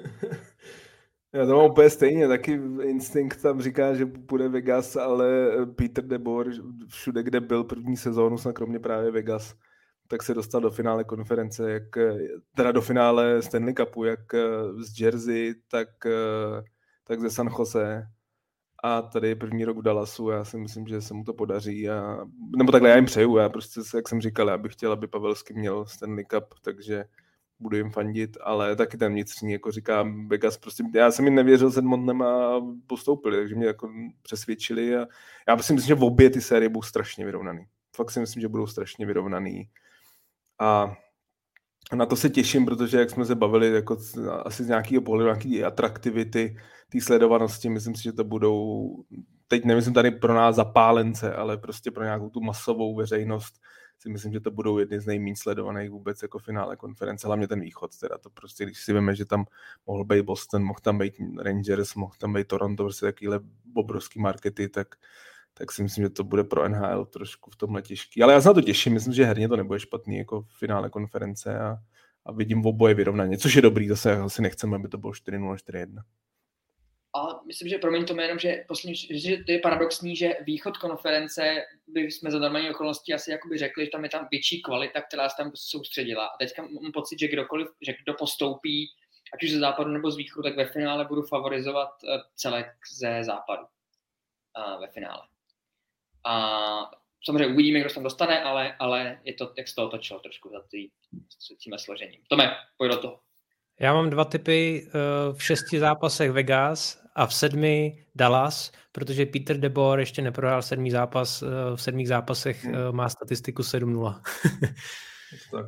Já to mám úplně stejně. Taky instinkt tam říká, že půjde Vegas, ale Peter DeBoer všude, kde byl první sezónu, snad kromě právě Vegas, tak se dostal do finále konference, jak, teda do finále Stanley Cupu, jak z Jersey, tak, tak ze San Jose. A tady je první rok v Dallasu, já si myslím, že se mu to podaří. A, nebo takhle já jim přeju, já prostě, jak jsem říkal, já bych chtěl, aby Pavelský měl Stanley Cup, takže budu jim fandit, ale taky ten vnitřní, jako říkám, Vegas, prostě, já jsem jim nevěřil s Edmontonem a postoupili, takže mě jako přesvědčili a já si myslím, že v obě ty série budou strašně vyrovnaný. Fakt si myslím, že budou strašně vyrovnaný. A na to se těším, protože jak jsme se bavili jako asi z nějakého pohledu, nějaké atraktivity, té sledovanosti, myslím si, že to budou, teď nemyslím tady pro nás zapálence, ale prostě pro nějakou tu masovou veřejnost si myslím, že to budou jedny z nejméně sledovaných vůbec jako finále konference, hlavně ten východ, teda to prostě, když si víme, že tam mohl být Boston, mohl tam být Rangers, mohl tam být Toronto, prostě takovýhle obrovský markety, tak, tak si myslím, že to bude pro N H L trošku v tomhle těžký. Ale já se na to těším, myslím, že herně to nebude špatný jako v finále konference a, a vidím v oboje vyrovnaně, což je dobrý, zase asi nechceme, aby to bylo čtyři nula, čtyři jedna.
A myslím, že promiň to jenom, že, poslední, že to je paradoxní, že východ konference by jsme za normální okolností asi jakoby řekli, že tam je tam větší kvalita, která se tam soustředila. A teďka mám pocit, že kdokoliv, že kdo postoupí, ať už ze západu nebo z východu, tak ve finále budu favorizovat celek ze západu a ve finále. A samozřejmě uvidíme, kdo se tam dostane, ale, ale je to, jak z toho točilo trošku za tím složením. Tome, pojď do toho.
Já mám dva typy v šesti zápasech Vegas a v sedmi Dallas, protože Peter DeBoer ještě neprohrál sedmý zápas, v sedmých zápasech hmm. má statistiku sedm nula.
Tak.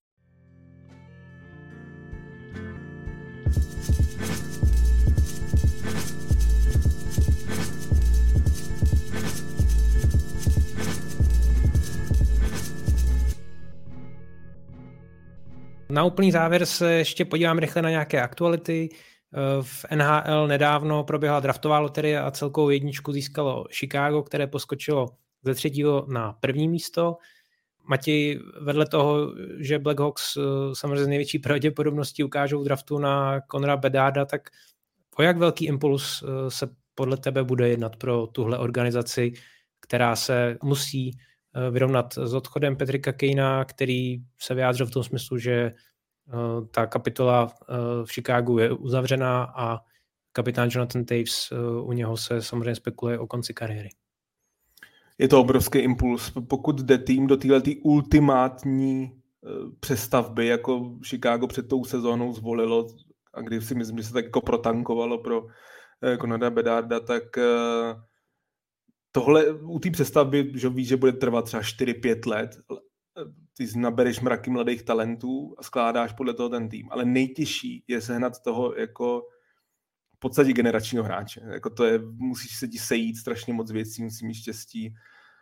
Na úplný závěr se ještě podívám rychle na nějaké aktuality. V N H L nedávno proběhla draftová loterie a celkovou jedničku získalo Chicago, které poskočilo ze třetího na první místo. Matěj, vedle toho, že Blackhawks samozřejmě z největší pravděpodobností ukážou v draftu na Connora Bedarda, tak o jak velký impuls se podle tebe bude jednat pro tuhle organizaci, která se musí vyrovnat s odchodem Patricka Kane'a, který se vyjádřil v tom smyslu, že uh, ta kapitola uh, v Chicagu je uzavřená a kapitán Jonathan Toews, uh, u něho se samozřejmě spekuluje o konci kariéry.
Je to obrovský impuls. Pokud jde tým do této ultimátní uh, přestavby, jako Chicago před tou sezónou zvolilo, a když si myslím, že se tak jako protankovalo pro uh, Connora Bedarda, tak uh, tohle u té přestavby, že víš, že bude trvat třeba čtyři pět let, ty nabereš mraky mladých talentů a skládáš podle toho ten tým, ale nejtěžší je sehnat toho jako v podstatě generačního hráče. Jako to je, musíš se ti sejít strašně moc věcí, musíš mít štěstí.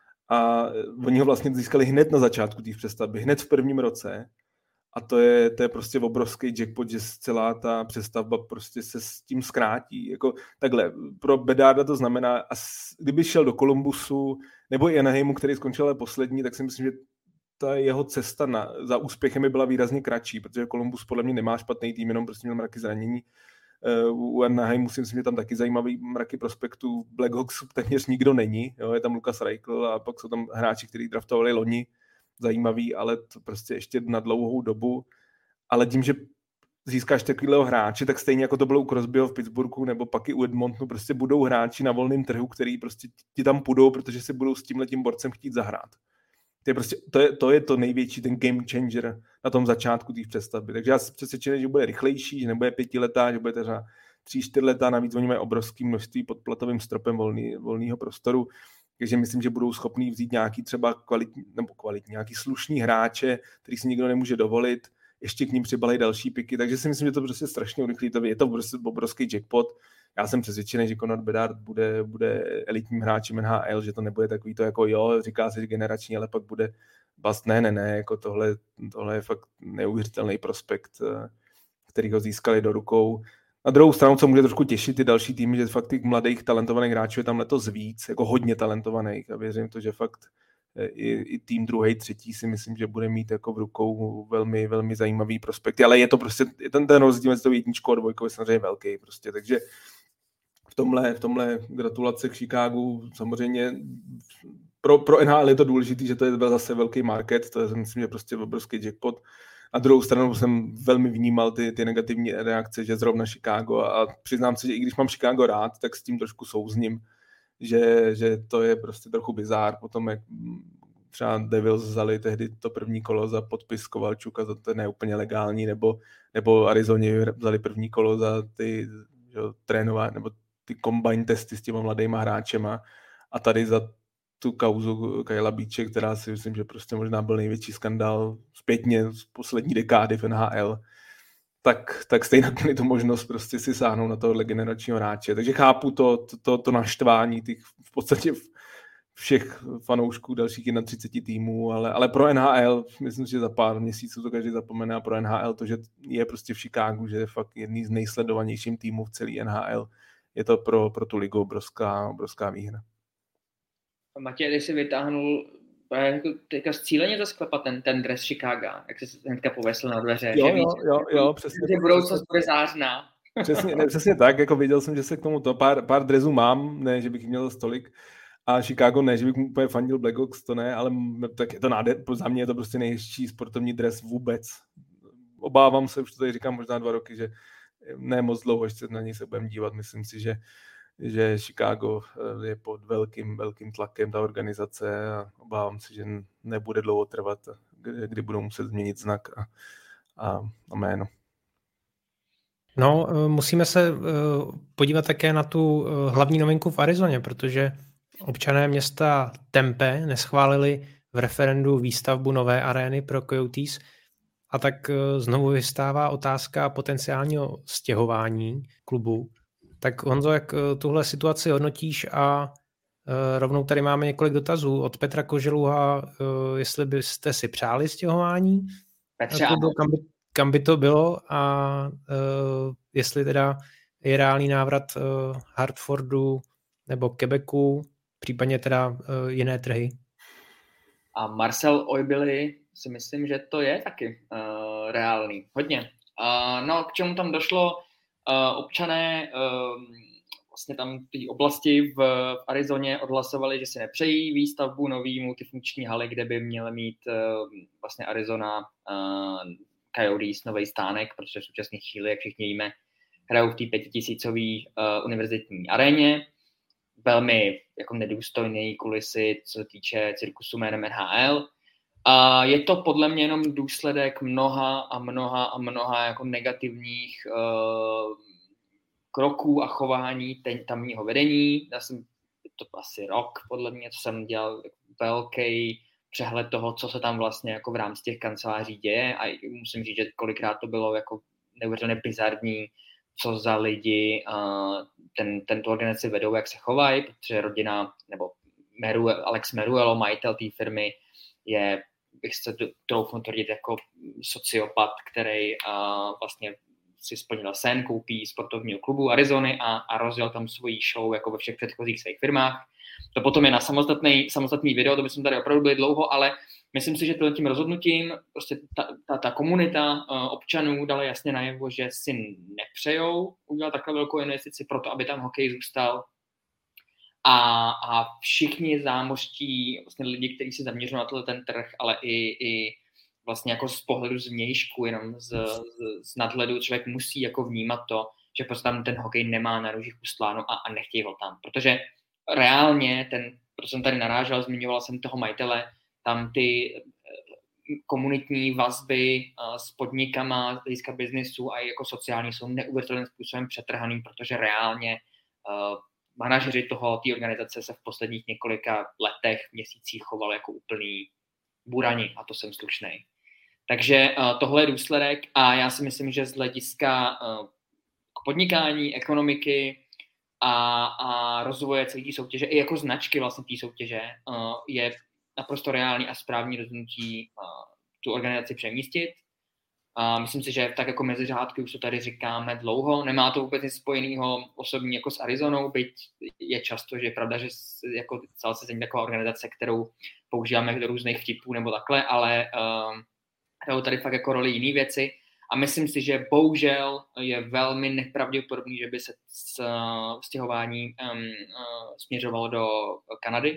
A oni ho vlastně získali hned na začátku té přestavby, hned v prvním roce. A to je, to je prostě obrovský jackpot, že celá ta přestavba prostě se s tím zkrátí. Jako, takhle, pro Bedarda to znamená, a kdyby šel do Columbusu nebo i Anaheimu, který skončil ale poslední, tak si myslím, že ta jeho cesta na, za úspěchem by byla výrazně kratší, protože Columbus podle mě nemá špatný tým, jenom prostě měl mraky zranění. Uh, u Anaheimu si myslím, že tam taky zajímavý mraky prospektů. Blackhawks téměř nikdo není, jo? Je tam Lukas Reichel a pak jsou tam hráči, kteří draftovali loni, zajímavý, ale to prostě ještě na dlouhou dobu. Ale tím, že získáš takovýhleho hráče, tak stejně jako to bylo u Crosbyho v Pittsburghu nebo pak i u Edmontonu, prostě budou hráči na volném trhu, který prostě ti tam půjdou, protože si budou s tímhletím borcem chtít zahrát. To je, prostě, to, je, to je to největší, ten game changer na tom začátku té přestavby. Takže já jsem přesvědčený, že bude rychlejší, že nebude pětiletá, že bude třeba tři, čtyřletá, navíc oni mají obrovský množství pod platovým stropem volný, volného prostoru. Takže myslím, že budou schopní vzít nějaký třeba kvalitní, nebo kvalitní, nějaký slušný hráče, který si nikdo nemůže dovolit, ještě k ním přibalají další piky, takže si myslím, že to prostě strašně urychlí, to je to prostě obrovský jackpot. Já jsem přesvědčený, že Connor Bedard bude, bude elitním hráčem N H L, že to nebude takový to jako jo, říká se, že generační, ale pak bude bast, ne, ne, ne, jako tohle, tohle je fakt neuvěřitelný prospekt, který ho získali do rukou. Na druhou stranu, co může trošku těšit ty další týmy, že fakt těch mladých talentovaných hráčů je tam letos víc, jako hodně talentovaných a věřím to, že fakt i, i tým druhý, třetí si myslím, že bude mít jako v rukou velmi, velmi zajímavý prospekty, ale je to prostě, ten, ten rozdíl mezi tou jedničkou a dvojkou je samozřejmě velký prostě, takže v tomhle, v tomhle gratulace k Chicagu, samozřejmě pro, pro N H L je to důležité, že to je zase velký market, to je, myslím, že prostě obrovský jackpot. Na druhou stranu jsem velmi vnímal ty, ty negativní reakce, že zrovna Chicago, a přiznám se, že i když mám Chicago rád, tak s tím trošku souzním, že, že to je prostě trochu bizár. Potom jak třeba Devils vzali tehdy to první kolo za podpis Kovalčuka, za to neúplně legální, nebo, nebo Arizoně vzali první kolo za ty že, trénovat, nebo ty combine testy s těma mladýma hráčema, a tady za tu kauzu Kajla Beache, která si myslím, že prostě možná byl největší skandál zpětně z poslední dekády v N H L, tak, tak stejně měli tu možnost prostě si sáhnout na tohohle generačního hráče. Takže chápu to, to, to, to naštvání těch v podstatě všech fanoušků dalších třicet jedna týmů, ale, ale pro N H L, myslím, že za pár měsíců to každý zapomene, a pro N H L to, že je prostě v Chicagu, že je fakt jedný z nejsledovanějších týmů v celé N H L, je to pro, pro tu ligu obrovská, obrovská výhra.
Matěj, když si vytáhnul jako, teďka zcíleně zasklepat ten, ten dres Chicaga, jak se hnedka povesl na dveře.
Jo,
že
jo,
víš,
jo, jo, přesně.
že budoucnost bude zářná.
Přesně, ne, přesně tak, jako viděl jsem, že se k tomu to, pár, pár drezů mám, ne, že bych měl stolik, a Chicago ne, že bych mu úplně fandil Blackhawks, to ne, ale tak je to nádher, za mě je to prostě nejhezčí sportovní dres vůbec. Obávám se, už to tady říkám možná dva roky, že ne moc dlouho, ještě na něj se budeme dívat, myslím si, že, že Chicago je pod velkým, velkým tlakem ta organizace a obávám se, že nebude dlouho trvat, kdy budou muset změnit znak a, a, a jméno.
No, musíme se podívat také na tu hlavní novinku v Arizoně, protože občané města Tempe neschválili v referendu výstavbu nové arény pro Coyotes a tak znovu vystává otázka potenciálního stěhování klubu. Tak Honzo, jak tuhle situaci hodnotíš a rovnou tady máme několik dotazů od Petra Koželuha, jestli byste si přáli stěhování klubu, kam by, kam by to bylo a jestli teda je reálný návrat Hartfordu nebo Quebecu, případně teda jiné trhy.
A Marcel Oibily si myslím, že to je taky uh, reálný. Hodně. Uh, no, k čemu tam došlo? Uh, občané uh, vlastně tam v té oblasti v, v Arizoně odhlasovali, že si nepřejí výstavbu nový multifunkční haly, kde by měla mít uh, vlastně Arizona uh, Coyotes nový stánek, protože v současné chvíli, jak všichni víme, hrajou v té pětitisícové uh, univerzitní aréně. Velmi jako nedůstojné kulisy, co se týče cirkusu jménem N H L. A je to podle mě jenom důsledek mnoha a mnoha a mnoha jako negativních uh, kroků a chování ten, tamního vedení. Já jsem to asi rok, podle mě, co jsem dělal velký přehled toho, co se tam vlastně jako v rámci těch kanceláří děje a musím říct, že kolikrát to bylo jako neuvěřitelně bizarní, co za lidi uh, ten, tento organizaci vedou, jak se chovají, protože rodina, nebo Meru, Alex Meruelo, majitel té firmy, je, bych se troufnu tvrdit, jako sociopat, který uh, vlastně si splnil sen, koupí sportovního klubu Arizony a, a rozjel tam svoji show jako ve všech předchozích svých firmách. To potom je na samostatný, samostatný video, to bychom tady opravdu byli dlouho, ale myslím si, že tím rozhodnutím prostě ta, ta, ta komunita uh, občanů dala jasně najevo, že si nepřejou udělat takhle velkou investici pro to, aby tam hokej zůstal. A, a všichni zámořští vlastně lidi, kteří se zaměřují na tohle ten trh, ale i, i vlastně jako z pohledu zvnějšku, jenom z, z, z nadhledu člověk musí jako vnímat to, že prostě tam ten hokej nemá na rožích ustláno a, a nechtějí ho tam. Protože reálně ten, proto jsem tady narážel, zmiňoval jsem toho majitele, tam ty komunitní vazby s podnikama, z hlediska biznisu a jako sociální jsou neuvěřitelným způsobem přetrhaný, protože reálně uh, manažeři toho, té organizace se v posledních několika letech, měsících chovali jako úplný burani a to jsem slušnej. Takže uh, tohle je důsledek a já si myslím, že z hlediska uh, podnikání, ekonomiky a, a rozvoje celé té soutěže, i jako značky vlastně té soutěže, uh, je naprosto reálný a správný rozhodnutí uh, tu organizaci přemístit. Uh, myslím si, že tak jako mezi řádky už to tady říkáme dlouho. Nemá to vůbec nic spojeného osobně jako s Arizonou, byť je často, že je pravda, že jako celá se taková organizace, kterou používáme do různých vtipů nebo takhle, ale uh, hrajou tady fakt jako roli jiné věci. A myslím si, že bohužel je velmi nepravděpodobný, že by se stěhování um, uh, směřovalo do Kanady,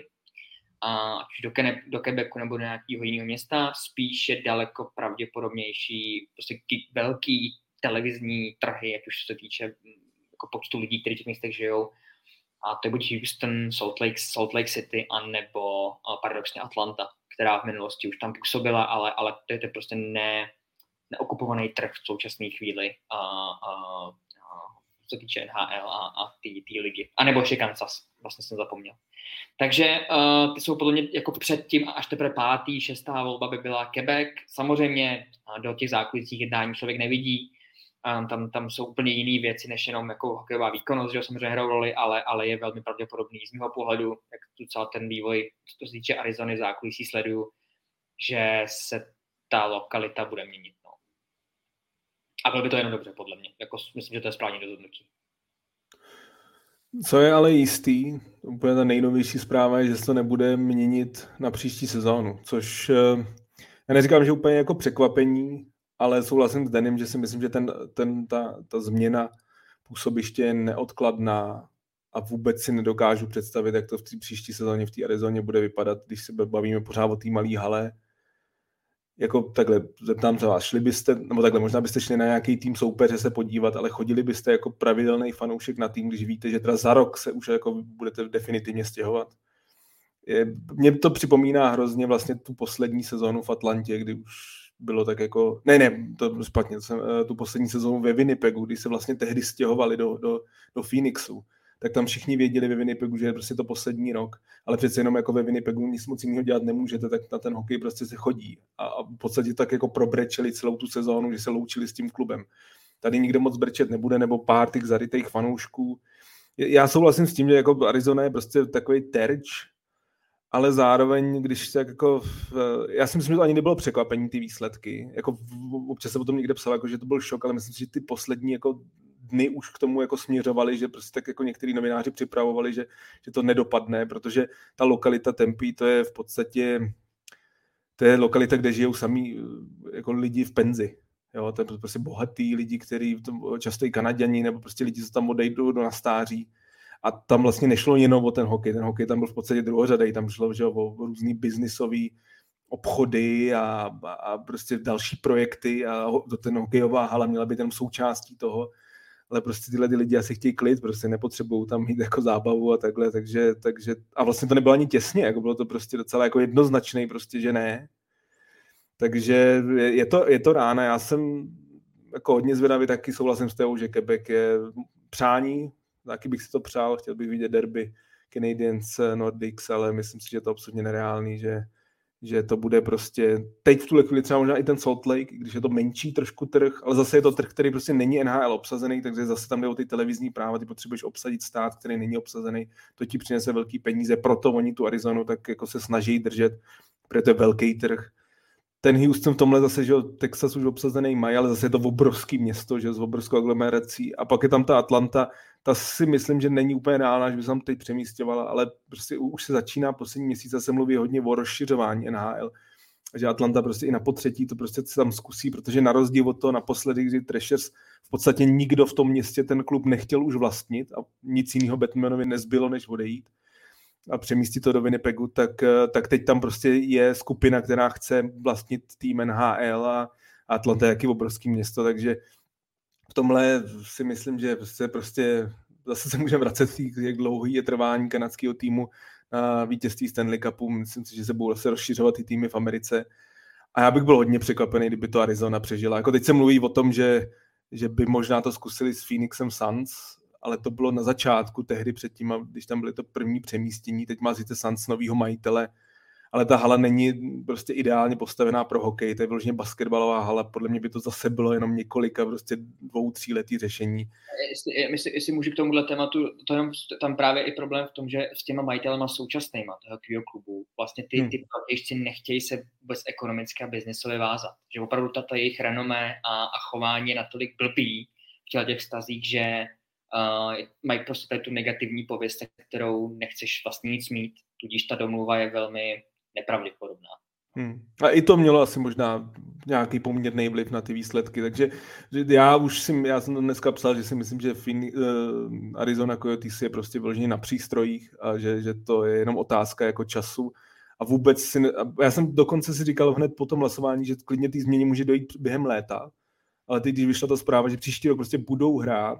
a ať už do, Kene, do Quebecu nebo do nějakého jiného města. Spíš je daleko pravděpodobnější prostě velký televizní trhy, ať už se týče jako počtu lidí, kteří v těch městech žijou. A to je buď Houston, Salt Lake, Salt Lake City, anebo paradoxně Atlanta, která v minulosti už tam působila, ale, ale to je to prostě ne, neokupovaný trh v současné chvíli, a, a, a, co se týče N H L a, a ty ligy. A nebo ještě Kansas, vlastně jsem zapomněl. Takže uh, ty jsou podle mě jako předtím, až teprve pátý, šestá volba by byla Quebec. Samozřejmě uh, do těch zákulisních jednání člověk nevidí. Um, tam, tam jsou úplně jiné věci, než jenom jako hokejová výkonnost, že samozřejmě hrajou roli, ale, ale je velmi pravděpodobný z mého pohledu, jak tu celý ten vývoj, co se týče Arizony zákulisí sleduju, že se ta lokalita bude měnit. No. A bylo by to jenom dobře, podle mě. Jako, myslím, že to je správně rozhodnutí.
Co je ale jistý, úplně ta nejnovější zpráva je, že se to nebude měnit na příští sezónu, což já neříkám, že úplně jako překvapení, ale souhlasím s Danem, že si myslím, že ten, ten, ta, ta změna působiště je neodkladná a vůbec si nedokážu představit, jak to v té příští sezóně v té Arizoně bude vypadat, když se bavíme pořád o té malé hale. Jako takhle, zeptám se vás, šli byste, nebo takhle, možná byste šli na nějaký tým soupeře se podívat, ale chodili byste jako pravidelný fanoušek na tým, když víte, že teda za rok se už jako budete definitivně stěhovat. Je, mě to připomíná hrozně vlastně tu poslední sezónu v Atlantě, kdy už bylo tak jako, ne, ne, to špatně, tu poslední sezónu ve Winnipegu, kdy se vlastně tehdy stěhovali do, do, do Phoenixu, tak tam všichni věděli ve Winnipegu, že je prostě to poslední rok, ale přece jenom jako ve Winnipegu nic moc jiného dělat nemůžete, tak na ten hokej prostě se chodí a, a v podstatě tak jako probrečeli celou tu sezónu, že se loučili s tím klubem. Tady nikdo moc brečet nebude, nebo pár těch zarytých fanoušků. Já souhlasím s tím, že jako Arizona je prostě takový terč, ale zároveň, když tak jako, já si myslím, že to ani nebylo překvapení ty výsledky, jako občas se o tom někde psal, jako, že to byl šok, ale myslím si, že ty poslední jako dny už k tomu jako směřovali, že prostě tak jako některý novináři připravovali, že, že to nedopadne, protože ta lokalita Tempe, to je v podstatě, to je lokalita, kde žijou samý jako lidi v penzi. Jo, to je prostě bohatý lidi, kteří často i Kanaďani, nebo prostě lidi, co tam odejdou do na stáří. A tam vlastně nešlo jenom o ten hokej. Ten hokej tam byl v podstatě druhořadej. Tam šlo že, o různý biznisový obchody a, a, a prostě další projekty a ten hokejová hala měla být jenom součástí toho. Ale prostě tyhle ty lidi asi chtějí klid, prostě nepotřebují tam mít jako zábavu a takhle, takže, takže a vlastně to nebylo ani těsně, jako bylo to prostě docela jako jednoznačný, prostě, že ne. Takže je to, je to rána, já jsem jako hodně zvědavý, taky souhlasím s tebou, že Quebec je přání, taky bych si to přál, chtěl bych vidět derby Canadiens, Nordics, ale myslím si, že je to absolutně nereálný, že, že to bude prostě, teď v tuhle chvíli třeba možná i ten Salt Lake, když je to menší trošku trh, ale zase je to trh, který prostě není N H L obsazený, takže zase tam jde o ty televizní práva, ty potřebuješ obsadit stát, který není obsazený, to ti přinese velký peníze, proto oni tu Arizonu tak jako se snaží držet, protože to je velký trh. Ten Houston v tomhle zase, že Texas už obsazený mají, ale zase je to obrovský město, že s obrovskou aglomerací. A pak je tam ta Atlanta, ta si myslím, že není úplně reálná, že by se tam teď přemístěvala, ale prostě už se začíná poslední měsíce se mluví hodně o rozšiřování N H L. Že Atlanta prostě i na potřetí to prostě se tam zkusí, protože na rozdíl od toho naposledy, kdy Thrashers v podstatě nikdo v tom městě ten klub nechtěl už vlastnit a nic jiného Batmanovi nezbylo, než odejít a přemístit to do Winnipegu, tak, tak teď tam prostě je skupina, která chce vlastnit tým N H L a Atlanta je jaký obrovský město, takže v tomhle si myslím, že se prostě zase se můžeme vracet k jak dlouhý je trvání kanadského týmu na vítězství Stanley Cupu. Myslím si, že se budou zase rozšiřovat ty týmy v Americe. A já bych byl hodně překvapený, kdyby to Arizona přežila. Jako teď se mluví o tom, že, že by možná to zkusili s Phoenixem Suns, ale to bylo na začátku tehdy předtím, když tam byly to první přemístění. Teď má sice Suns novýho majitele, ale ta hala není prostě ideálně postavená pro hokej, to je vyloženě basketbalová hala, podle mě by to zase bylo jenom několika prostě dvou, tříletý řešení.
Jestli, jestli, jestli můžu k tomuhle tématu, to jenom, tam právě i problém v tom, že s těma majitelema současnýma toho hokejového klubu, vlastně ty, hmm. ty protěžci nechtějí se vůbec ekonomicky a biznesově vázat, že opravdu tato jejich renomé a, a chování je natolik blbý v těch vztazích, že uh, mají prostě tu negativní pověst, kterou nechceš vlastně nic mít, tudíž ta domluva je velmi nepravděpodobná.
Hmm. A i to mělo asi možná nějaký poměrný vliv na ty výsledky, takže já už si, já jsem to dneska psal, že si myslím, že fin, uh, Arizona Coyotes je prostě vyloženě na přístrojích a že, že to je jenom otázka jako času a vůbec si, já jsem dokonce si říkal hned po tom hlasování, že klidně ty změny může dojít během léta, ale teď, když vyšla ta zpráva, že příští rok prostě budou hrát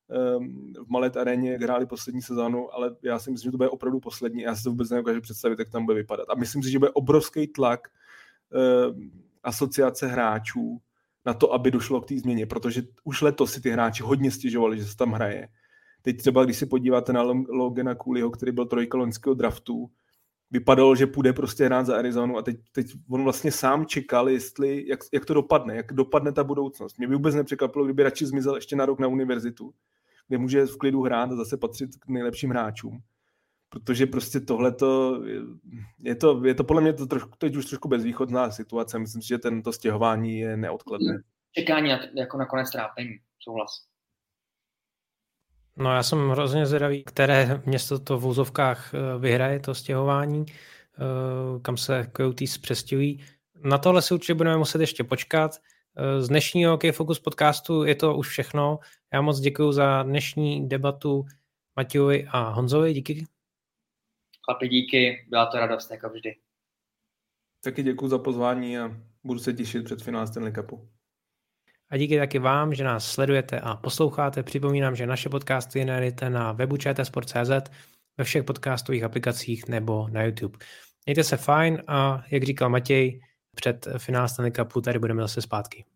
v Mallet aréně, jak hráli poslední sezónu, ale já si myslím, že to bude opravdu poslední. Já si to vůbec nedokážu představit, jak tam bude vypadat. A myslím si, že bude obrovský tlak uh, asociace hráčů na to, aby došlo k té změně, protože už letos si ty hráči hodně stěžovali, že se tam hraje. Teď třeba, když si podíváte na Logana Cooleyho, který byl trojka loňského draftu, vypadalo, že půjde prostě hrát za Arizonu a teď, teď on vlastně sám čekal, jestli, jak, jak to dopadne, jak dopadne ta budoucnost. Mě by vůbec nepřekvapilo, kdyby radši zmizel ještě na rok na univerzitu, kde může v klidu hrát a zase patřit k nejlepším hráčům. Protože prostě tohleto, je to, je to podle mě to trošku, teď už trošku bezvýchodná situace. Myslím si, že tento stěhování je neodkladné.
Čekání jako nakonec trápení, souhlas.
No já jsem hrozně zvědavý, které město to v úzovkách vyhraje, to stěhování, kam se Coyotes přestěhují. Na tohle si určitě budeme muset ještě počkat. Z dnešního Hokej Focus podcastu je to už všechno. Já moc děkuji za dnešní debatu Matějovi a Honzovi. Díky.
Chlapi, díky. Byla to radost, jako vždy.
Taky děkuji za pozvání a budu se těšit před finále Stanley Cupu.
A díky taky vám, že nás sledujete a posloucháte. Připomínám, že naše podcasty najdete na webu č t sport tečka c z, ve všech podcastových aplikacích nebo na YouTube. Mějte se fajn a jak říkal Matěj, před finále Stanley Cupu tady budeme zase zpátky.